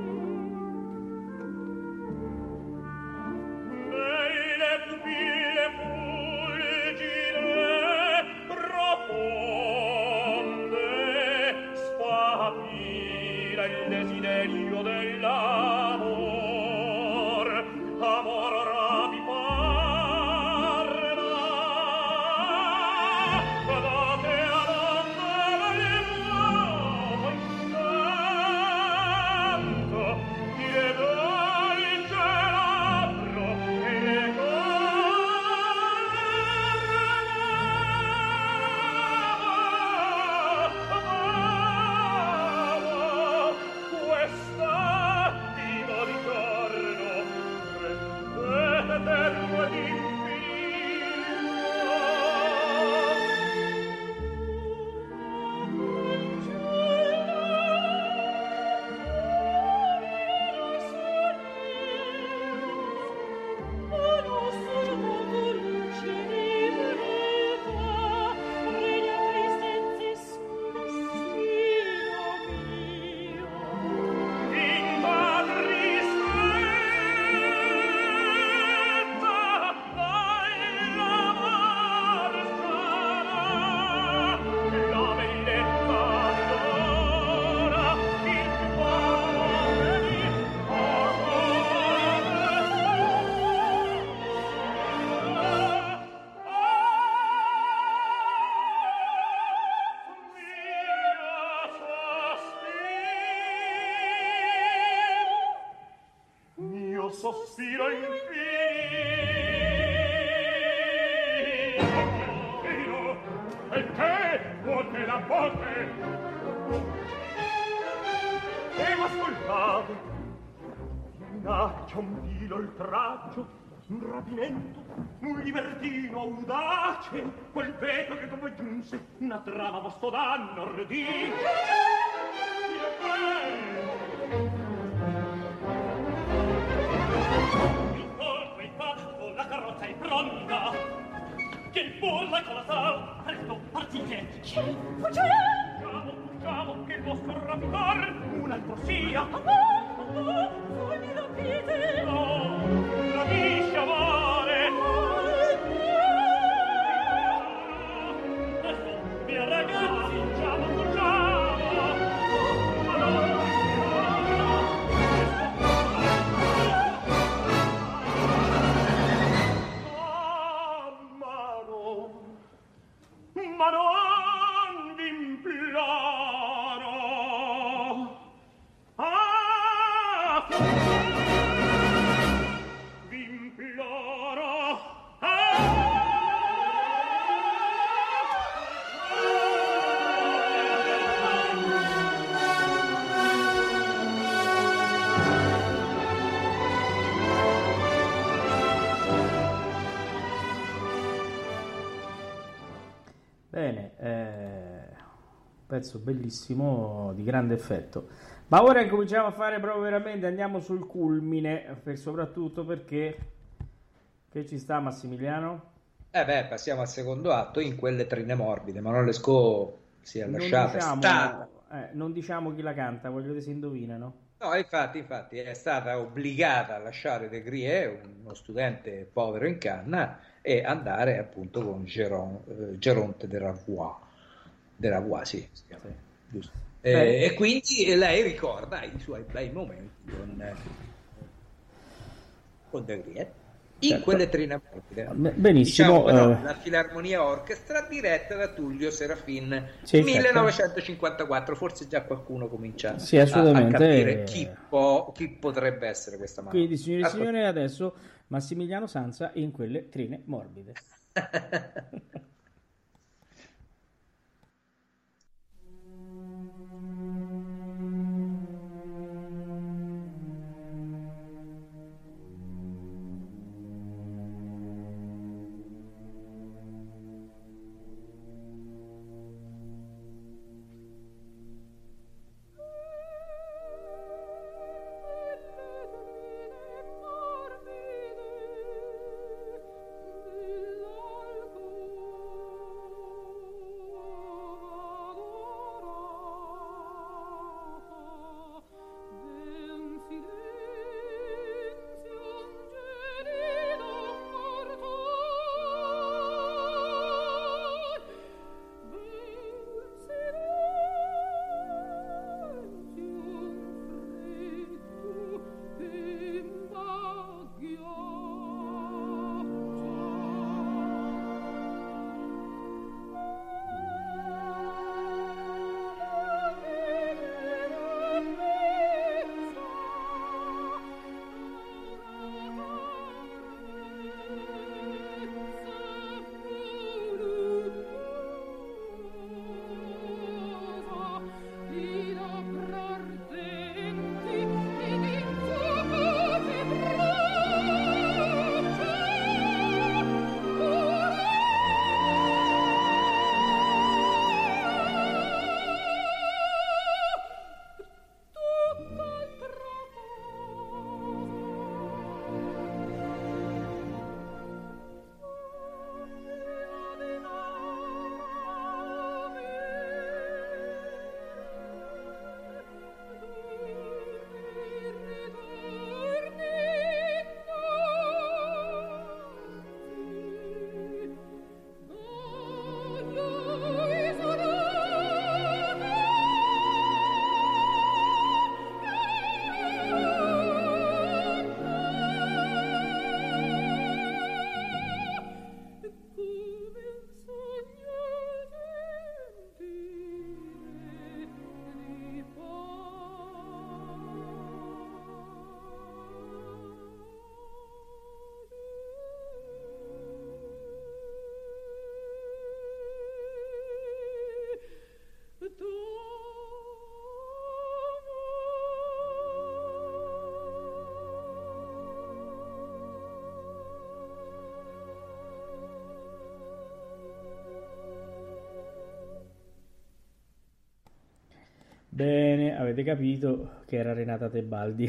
Nelle pupille fulgide profonde sfavilla il desiderio dell'amor, amor rapiparla, date a donna l'uomo intanto, che dolce labbro e questa sospiro infine. E te, vuote la botte. E m'ascoltate. Minaccia un vile oltraggio, un rapimento, un libertino audace, quel veto che dove giunse una trama a vostro danno ordì. Il colpo è fatto, la carrozza è pronta, che il burla con la sal, presto partite. Chi? Fuggite! Fuggiamo, fuggiamo, che il vostro rapitore un altro sia. Ah, ah, voi mi rapite! No, rapisce amore. Presto, via ragazzi, fuggiamo, fuggiamo. Ah, ma no, ma non v'imploro. Ah, v'imploro. Ah, Bene, eh, un pezzo bellissimo di grande effetto. Ma ora cominciamo a fare proprio veramente, andiamo sul culmine, per soprattutto perché che ci sta Massimiliano? Eh beh, passiamo al secondo atto, in quelle trine morbide. Manon Lescaut si è lasciata, non diciamo, è stata... eh, non diciamo chi la canta, voglio vedere se indovinano. No, infatti, infatti è stata obbligata a lasciare De Grieux, uno studente povero in canna, e andare appunto con Géron, eh, Geronte de Ravois. De Ravois, sì, si chiama, Sì. giusto. Beh. Eh, e quindi lei ricorda i suoi bei momenti con, eh, con De Grieux in Certo. quelle trine morbide. Be- benissimo, Diciamo, no, eh. la Filarmonia Orchestra diretta da Tullio Serafin, Sì, certo. millenovecentocinquantaquattro. Forse già qualcuno comincia Sì, a, a assolutamente. capire chi, po- chi potrebbe essere questa mano. Quindi, signori e Ascolta. signori, adesso Massimiliano Sanza in quelle trine morbide. Morbide, dell'alcol Bene, avete capito che era Renata Tebaldi.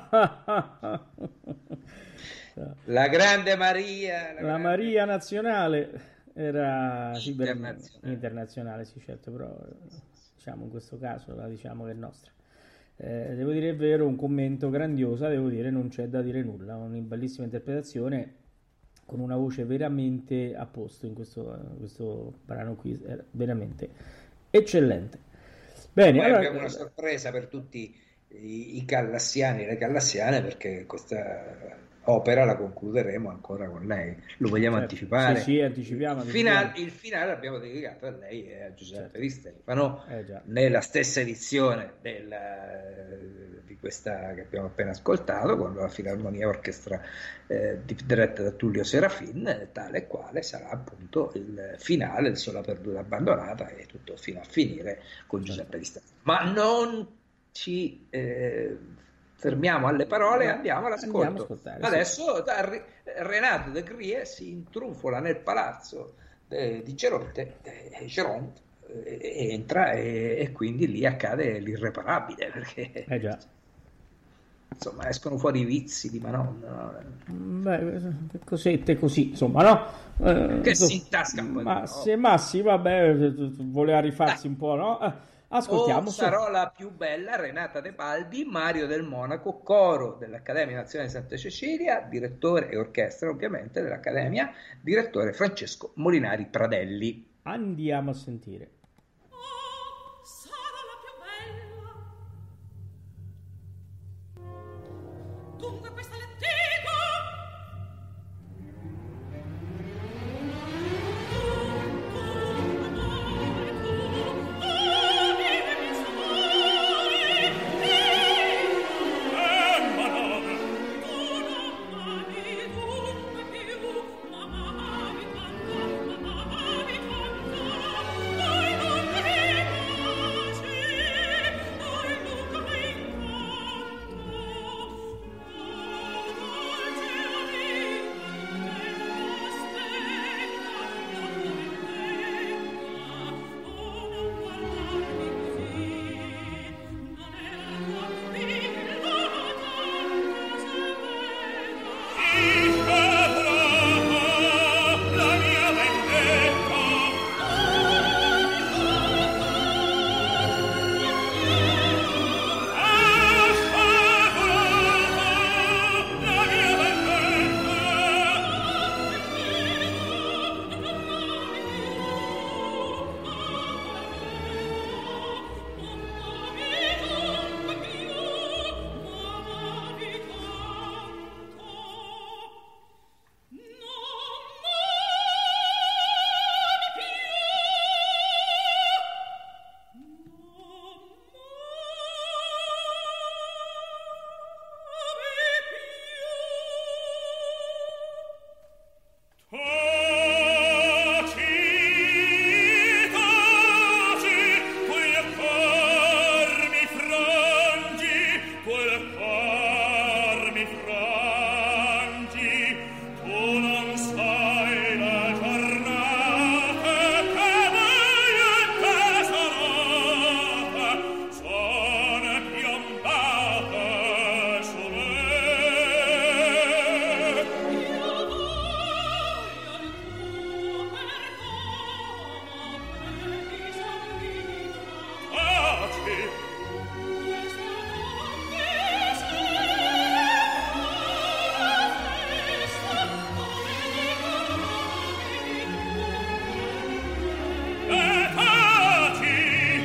La grande Maria. La, La grande... Maria nazionale era sì, internazionale. internazionale, sì certo, però diciamo in questo caso la diciamo che è nostra. Eh, devo dire è vero, un commento grandiosa, devo dire non c'è da dire nulla, una bellissima interpretazione con una voce veramente a posto in questo, in questo brano qui, era veramente eccellente. Bene, Poi allora, abbiamo una sorpresa per tutti i, i callassiani e le callassiane, perché questa opera la concluderemo ancora con lei. Lo vogliamo certo, anticipare? Sì, sì, anticipiamo. Il anticipiamo. finale, il finale l'abbiamo dedicato a lei e a Giuseppe Certo. Di Stefano, Eh, già. nella stessa edizione della, di questa che abbiamo appena ascoltato, con la Filarmonia Orchestra eh, di- diretta da Tullio Serafin, tale e quale sarà appunto il finale, il Sola perduta abbandonata, e tutto fino a finire con Giuseppe Di Stefano. Ma non ci eh, fermiamo alle parole, No, andiamo all'ascolto. andiamo a ascoltare, sì. Adesso da Re- Renato De Grie si intrunfola nel palazzo de- di Geronte, eh, Geronte eh, entra e, e quindi lì accade l'irreparabile, perché Eh già. insomma escono fuori i vizi di Manon, no? Beh, cosette così, insomma, no? Eh, Che insomma, si intasca un po' di ma roba. se Massi, vabbè, voleva rifarsi un po', no? Eh, ascoltiamo. O su. sarò la più bella, Renata Tebaldi, Mario del Monaco, coro dell'Accademia Nazionale di Santa Cecilia, direttore e orchestra ovviamente dell'Accademia, direttore Francesco Molinari Pradelli. Andiamo a sentire. Oh, sarà la più bella. Dunque questa le dico. Tu, tu, amore, tu, oh, vive mi sai, Eh, Manon, tu non ami dunque più, ma amavi tanto, ma amavi tanto, poi non mi piaci, poi Luca mi incanto, oh, dolce amica, che non aspetta, non mi venga, oh, non guardarmi così, non era tua pupilla tanto severa. Iscabrata la mia vendetta. Assaporata la mia Taci, taci, quel cor mi frangi, quel cor mi frangi, tu non sai la giornata che bella sarà, sono piombata su me. Taci, eh, taci.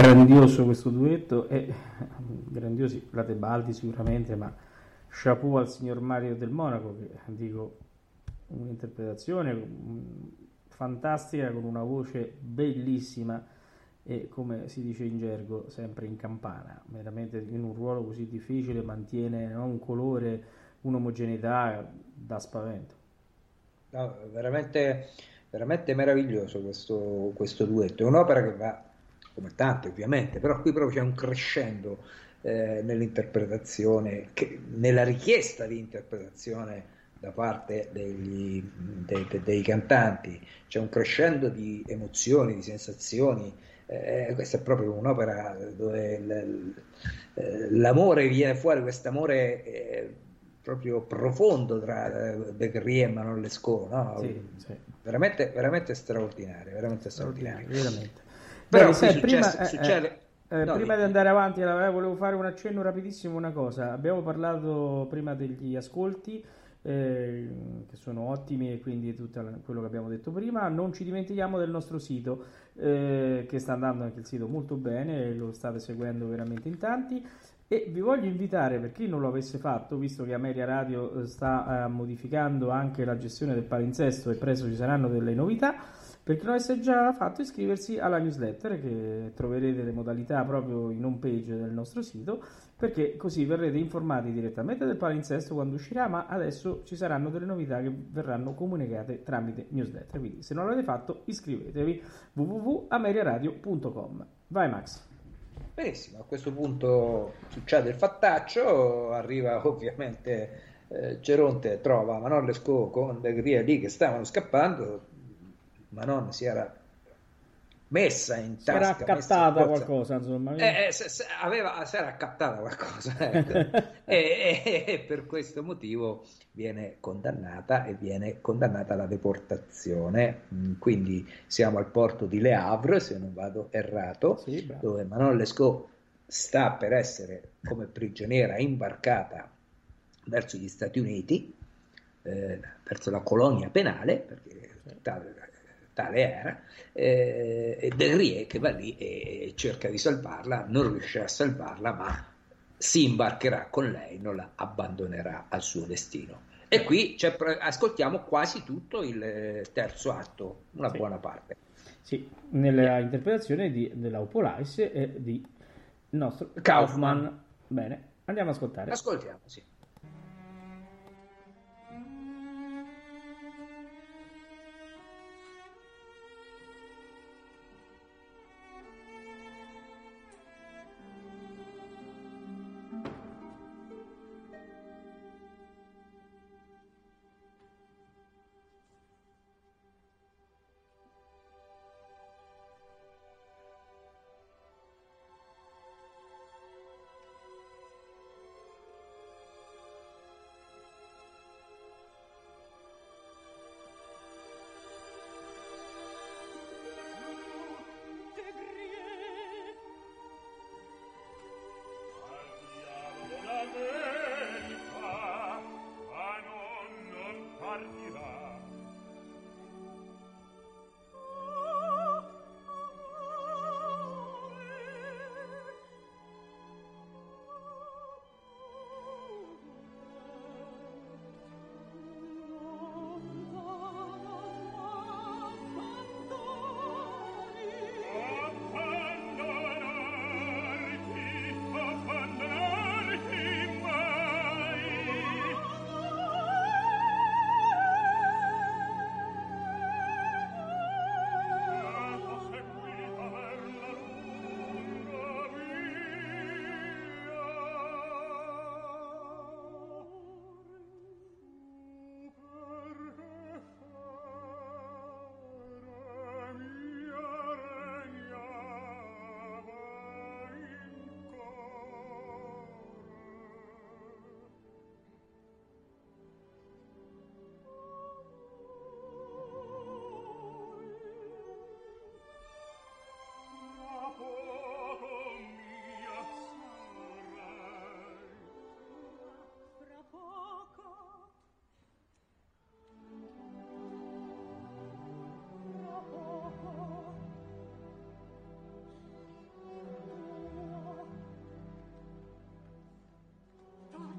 grandioso questo duetto, e grandiosi la Tebaldi sicuramente, ma chapeau al signor Mario del Monaco, che dico un'interpretazione fantastica, con una voce bellissima e, come si dice in gergo, sempre in campana, veramente in un ruolo così difficile mantiene, no, un colore, un'omogeneità da spavento. No, veramente, veramente meraviglioso questo, questo duetto. È un'opera che va, come tante ovviamente, però qui proprio c'è un crescendo eh, nell'interpretazione, che, nella richiesta di interpretazione da parte degli, dei, dei cantanti, c'è un crescendo di emozioni, di sensazioni. Eh, questa è proprio un'opera dove l, l, l'amore viene fuori, quest'amore eh, proprio profondo tra Beccaria e Manon Lescaut, no? Sì, sì. Veramente, veramente straordinario, veramente straordinario. Veramente. Però Bene, sai, successe, prima, eh, succede... eh, no, prima di... di andare avanti, eh, volevo fare un accenno rapidissimo, una cosa. Abbiamo parlato prima degli ascolti, eh, che sono ottimi, e quindi tutto quello che abbiamo detto prima. Non ci dimentichiamo del nostro sito, eh, che sta andando anche il sito molto bene, lo state seguendo veramente in tanti, e vi voglio invitare, per chi non lo avesse fatto, visto che Ameria Radio sta eh, modificando anche la gestione del palinsesto e presto ci saranno delle novità, per chi non avesse già fatto, iscriversi alla newsletter, che troverete le modalità proprio in home page del nostro sito, perché così verrete informati direttamente del palinsesto quando uscirà, ma adesso ci saranno delle novità che verranno comunicate tramite newsletter, quindi se non l'avete fatto iscrivetevi, w w w punto ameriaradio punto com. Vai Max. Benissimo, a questo punto succede il fattaccio, arriva ovviamente eh, Geronte, trova Manon Lescaut con Beccaria lì che stavano scappando. Manon si era messa in tasca, si era accattata in qualcosa, insomma, eh, eh, se, se aveva, si era accattata qualcosa, ecco. e, e, e per questo motivo viene condannata e viene condannata alla deportazione. Quindi siamo al porto di Le Havre, se non vado errato, sì, dove Manon Lescaut sta per essere come prigioniera imbarcata verso gli Stati Uniti, eh, verso la colonia penale, perché tale, tale era, eh, e Beccaria che va lì e cerca di salvarla, non riuscirà a salvarla, ma si imbarcherà con lei, non la abbandonerà al suo destino. E qui c'è, ascoltiamo quasi tutto il terzo atto, una sì. buona parte. Sì, nella interpretazione di, della Opolais e di nostro Kaufman. Kaufman. Bene, andiamo ad ascoltare. Ascoltiamo, sì.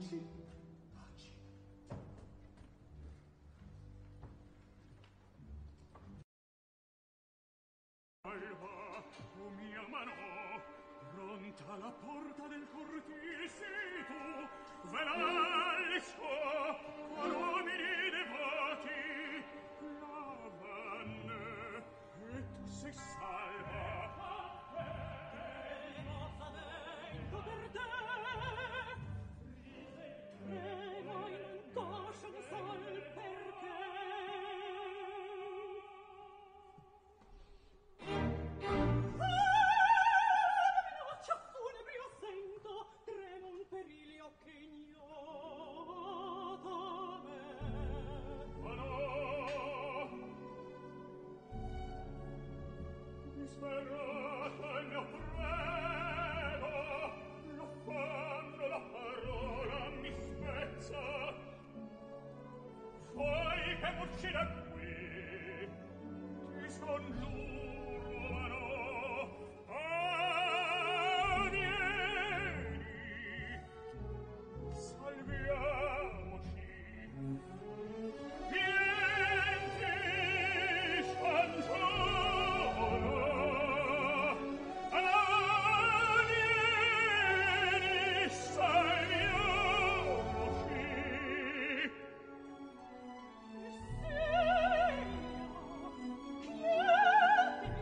Paci, paci. Alba, o mia mano, pronta alla porta del cortile sei tu, velalesco, con uomini devoti, la vanne, e tu sei salva. Io per te, tremo in angoscia non so il perché. Disperata il mio prego, l'affanno, la parola mi spezza. Vuoi che m'usci da qui? Ti scongiuro, ma no. Ah, vieni, salviamoci. Vienti, scongiuro. Sia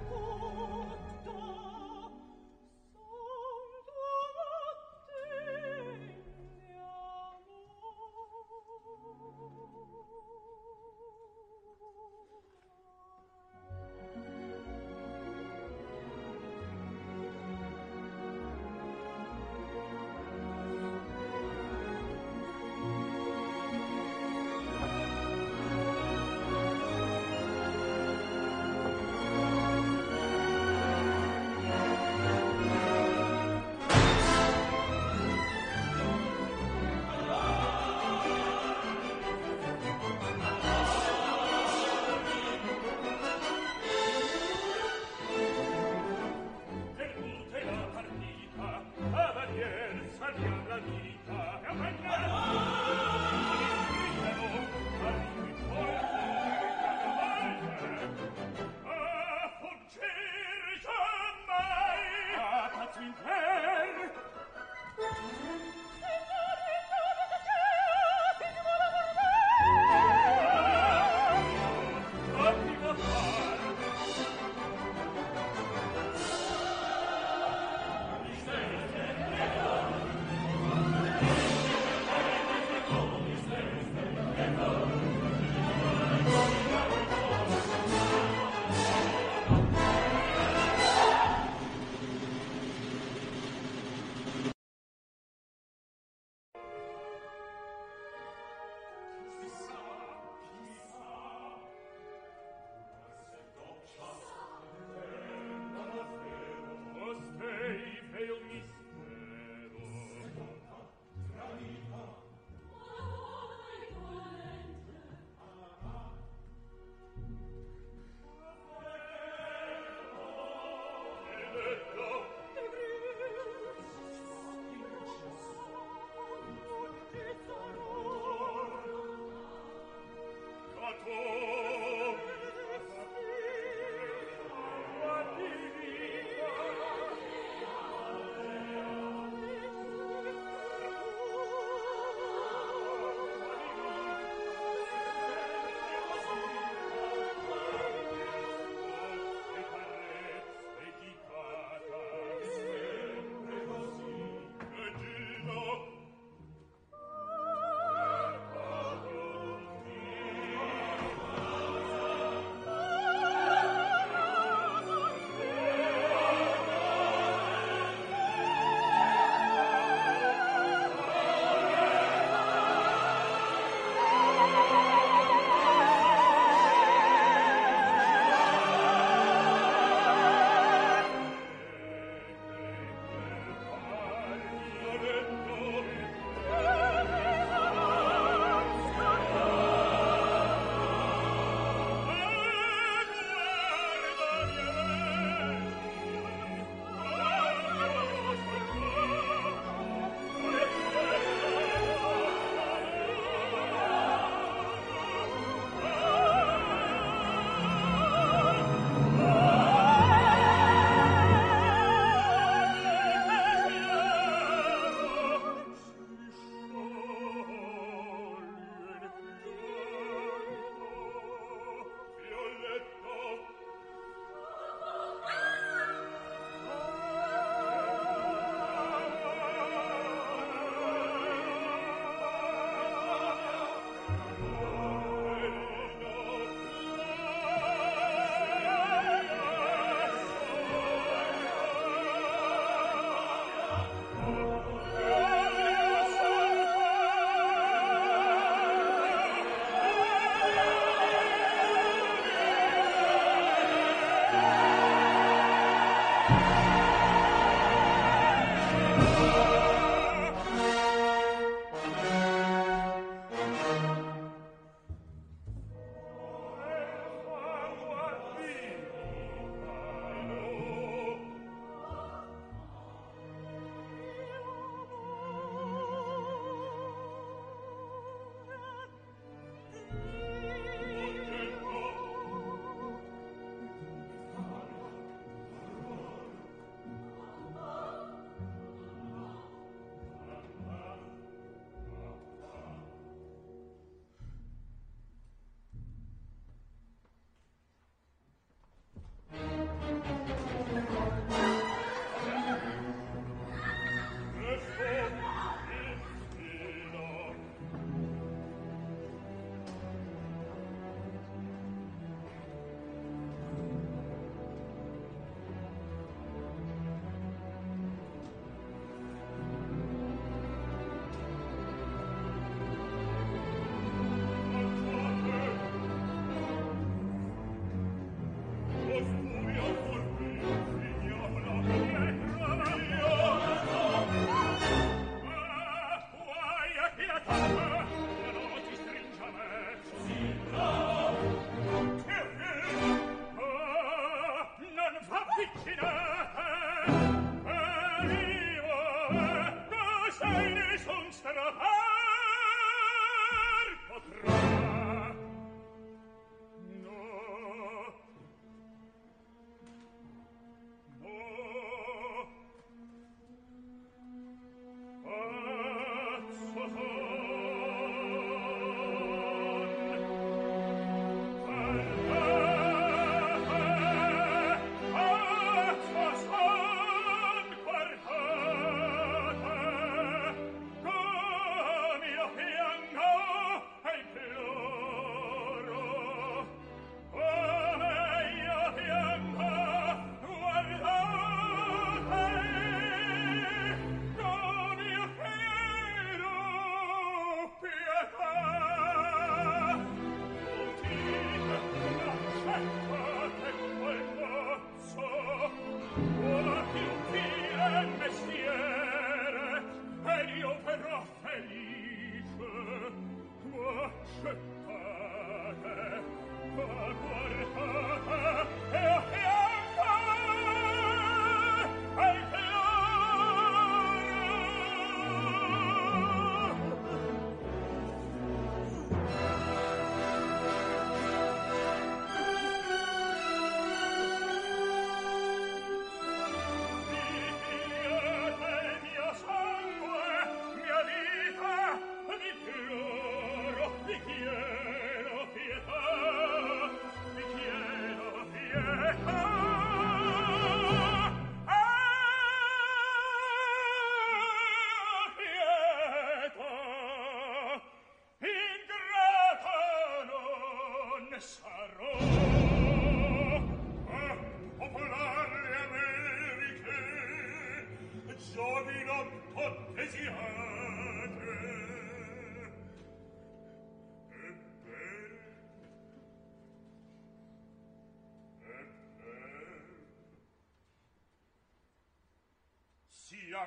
sia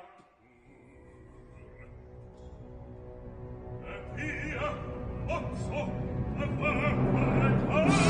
pur. E via, ozzo, e va,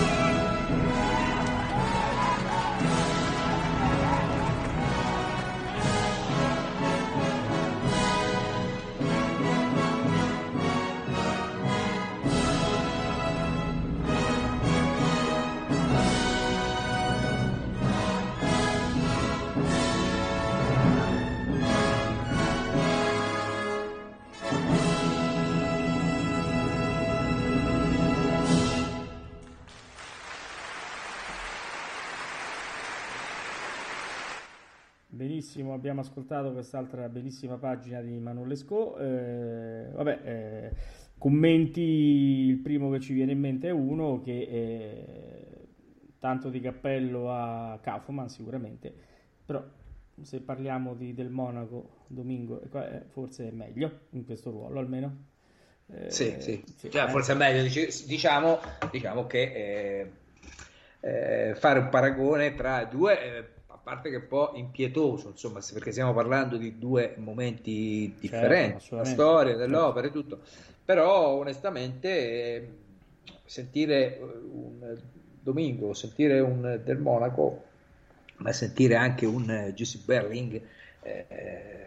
Benissimo, abbiamo ascoltato quest'altra bellissima pagina di Manon Lescaut. Eh, vabbè, eh, commenti, il primo che ci viene in mente è uno che eh, tanto di cappello a Kaufman sicuramente, però se parliamo di, del Monaco, Domingo, eh, forse è meglio in questo ruolo almeno. Eh, sì, sì, sì cioè, eh. forse è meglio, diciamo, diciamo che eh, eh, fare un paragone tra due... Eh, a parte che è un po' impietoso, insomma, perché stiamo parlando di due momenti differenti, certo, la storia dell'opera e tutto, però onestamente eh, sentire un Domingo, sentire un Del Monaco, ma sentire anche un Jussi Björling eh,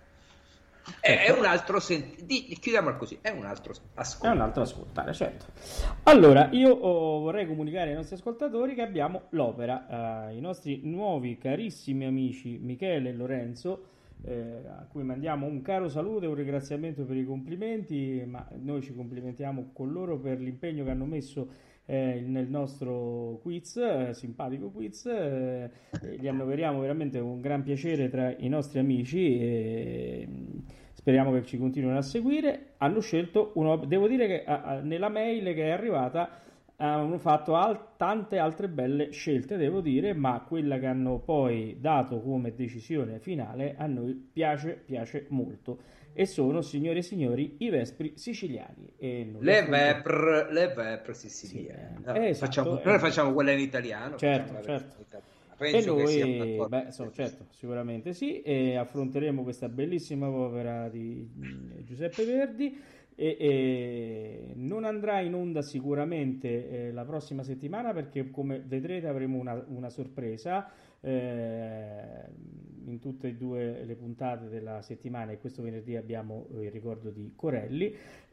È, è un altro sent- di, chiudiamola così, è un altro ascoltare. È un altro ascoltare, certo. Allora, io oh, vorrei comunicare ai nostri ascoltatori che abbiamo l'opera, eh, i nostri nuovi carissimi amici Michele e Lorenzo, eh, a cui mandiamo un caro saluto e un ringraziamento per i complimenti, ma noi ci complimentiamo con loro per l'impegno che hanno messo eh, nel nostro quiz, eh, simpatico quiz, eh, li annoveriamo veramente con un gran piacere tra i nostri amici e speriamo che ci continuino a seguire. Hanno scelto uno, devo dire che a, a, nella mail che è arrivata hanno fatto al, tante altre belle scelte, devo dire, ma quella che hanno poi dato come decisione finale a noi piace, piace molto. E sono, signore e signori, i Vespri siciliani. E le Vepr, le Vepr siciliane. Sì, no, eh, esatto, facciamo, eh, noi facciamo quella in italiano. Certo, certo. In italiano. Penso e che sia noi, beh, so, certo, sicuramente sì, e affronteremo questa bellissima opera di Giuseppe Verdi. E, e non andrà in onda sicuramente eh, la prossima settimana perché, come vedrete, avremo una, una sorpresa eh, in tutte e due le puntate della settimana, e questo venerdì abbiamo eh, il ricordo di Corelli.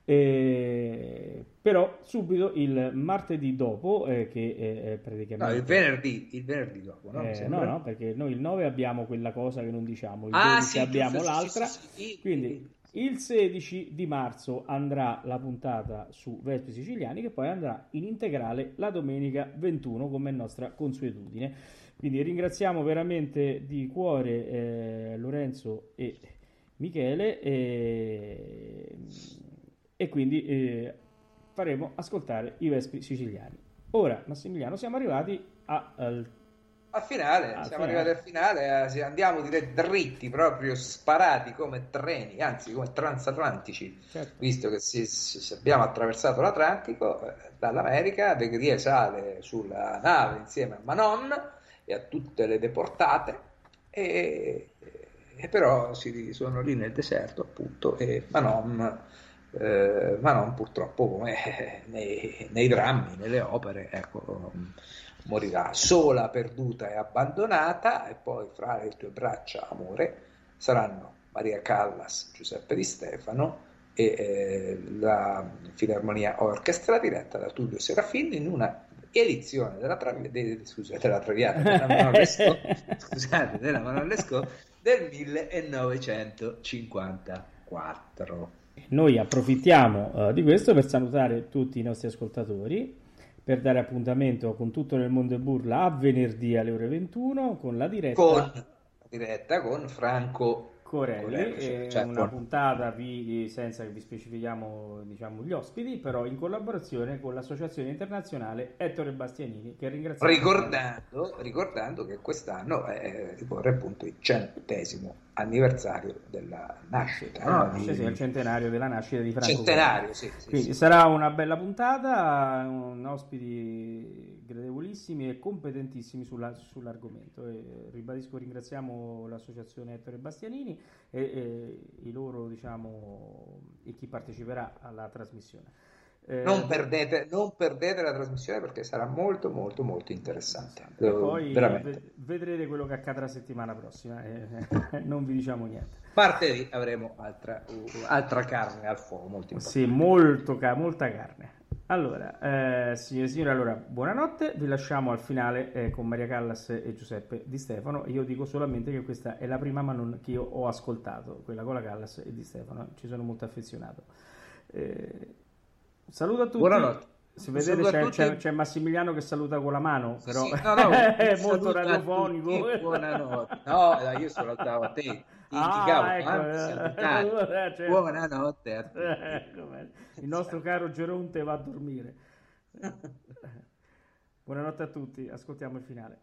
Eh, però subito il martedì dopo eh, che è praticamente no, il venerdì il venerdì dopo no, eh, no, no, perché noi il nove abbiamo quella cosa che non diciamo, il ah, dodici sì, abbiamo giusto, l'altra, sì, sì, sì, quindi il sedici di marzo andrà la puntata su Vespri Siciliani, che poi andrà in integrale la domenica ventuno come è nostra consuetudine. Quindi ringraziamo veramente di cuore eh, Lorenzo e Michele e, e quindi eh, faremo ascoltare i Vespri Siciliani. Ora, Massimiliano, siamo arrivati a, al al finale, al siamo finale. arrivati al finale, eh, andiamo direi dritti, proprio sparati come treni, anzi come transatlantici, certo. Visto che si, si, abbiamo attraversato l'Atlantico eh, dall'America. De Grier sale sulla nave insieme a Manon e a tutte le deportate e, e però si sono lì nel deserto appunto e Manon, eh, Manon purtroppo come nei, nei drammi, nelle opere, ecco, morirà sola, perduta e abbandonata, e poi fra le tue braccia, amore, saranno Maria Callas, Giuseppe Di Stefano e eh, la Filarmonia Orchestra diretta da Tullio Serafin in una edizione della, travi- de- scusate, della Traviata della Manon Lescaut, scusate, della Manon Lescaut del millenovecentocinquantaquattro. Noi approfittiamo uh, di questo per salutare tutti i nostri ascoltatori, per dare appuntamento con Tutto nel Mondo e Burla a venerdì alle ore ventuno con la diretta con, diretta con Franco Corelli, Corelli, è cioè, una con... puntata vi, senza che vi specifichiamo diciamo, gli ospiti, però in collaborazione con l'Associazione Internazionale Ettore Bastianini, che ringraziamo. Ricordando, ricordando che quest'anno è, ricorre appunto il centesimo anniversario della nascita. Sì, no? sì, sì, il centenario della nascita di Franco Centenario, sì, sì, Quindi sì. sarà una bella puntata, un, ospiti gradevolissimi e competentissimi sulla, sull'argomento. E ribadisco, ringraziamo l'Associazione Ettore Bastianini e, e i loro, diciamo, e chi parteciperà alla trasmissione. Eh, Non perdete, non perdete la trasmissione perché sarà molto molto molto interessante. E Eh, poi veramente. ve- vedrete quello che accadrà settimana prossima, e non vi diciamo niente. Martedì avremo altra, uh, altra carne al fuoco, molto importante. Sì, molto ca- molta carne. Allora, eh, signore e signori, allora, buonanotte, vi lasciamo al finale eh, con Maria Callas e Giuseppe Di Stefano. Io dico solamente che questa è la prima Manon che io ho ascoltato, quella con la Callas e Di Stefano, ci sono molto affezionato. Eh, saluto a tutti. Buonanotte. Se Un vedete saluto a c'è, tutti. c'è- c'è Massimiliano che saluta con la mano, però Sì, no, no, è un molto saluto a radiofonico. tutti, buonanotte. No, dai, io salutavo a te, ti indicavo, Ah, ecco, fammi eh, salutare. allora, certo. Buonanotte a tutti. Ecco, bene. Il nostro caro Geronte va a dormire. Buonanotte a tutti, ascoltiamo il finale.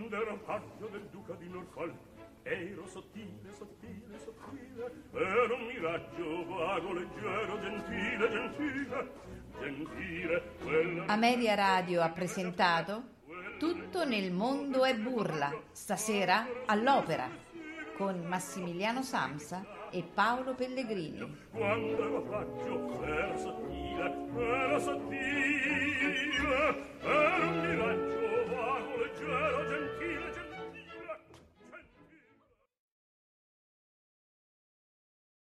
quando ero paggio del duca di Norfolk, ero sottile, sottile, sottile, ero un miraggio vago, leggero, gentile, gentile, gentile. Quella... Ameria Radio ha presentato Tutto nel mondo è burla, stasera all'Opera, con Massimiliano Samsa e Paolo Pellegrini. Quando ero paggio, ero sottile, ero sottile, ero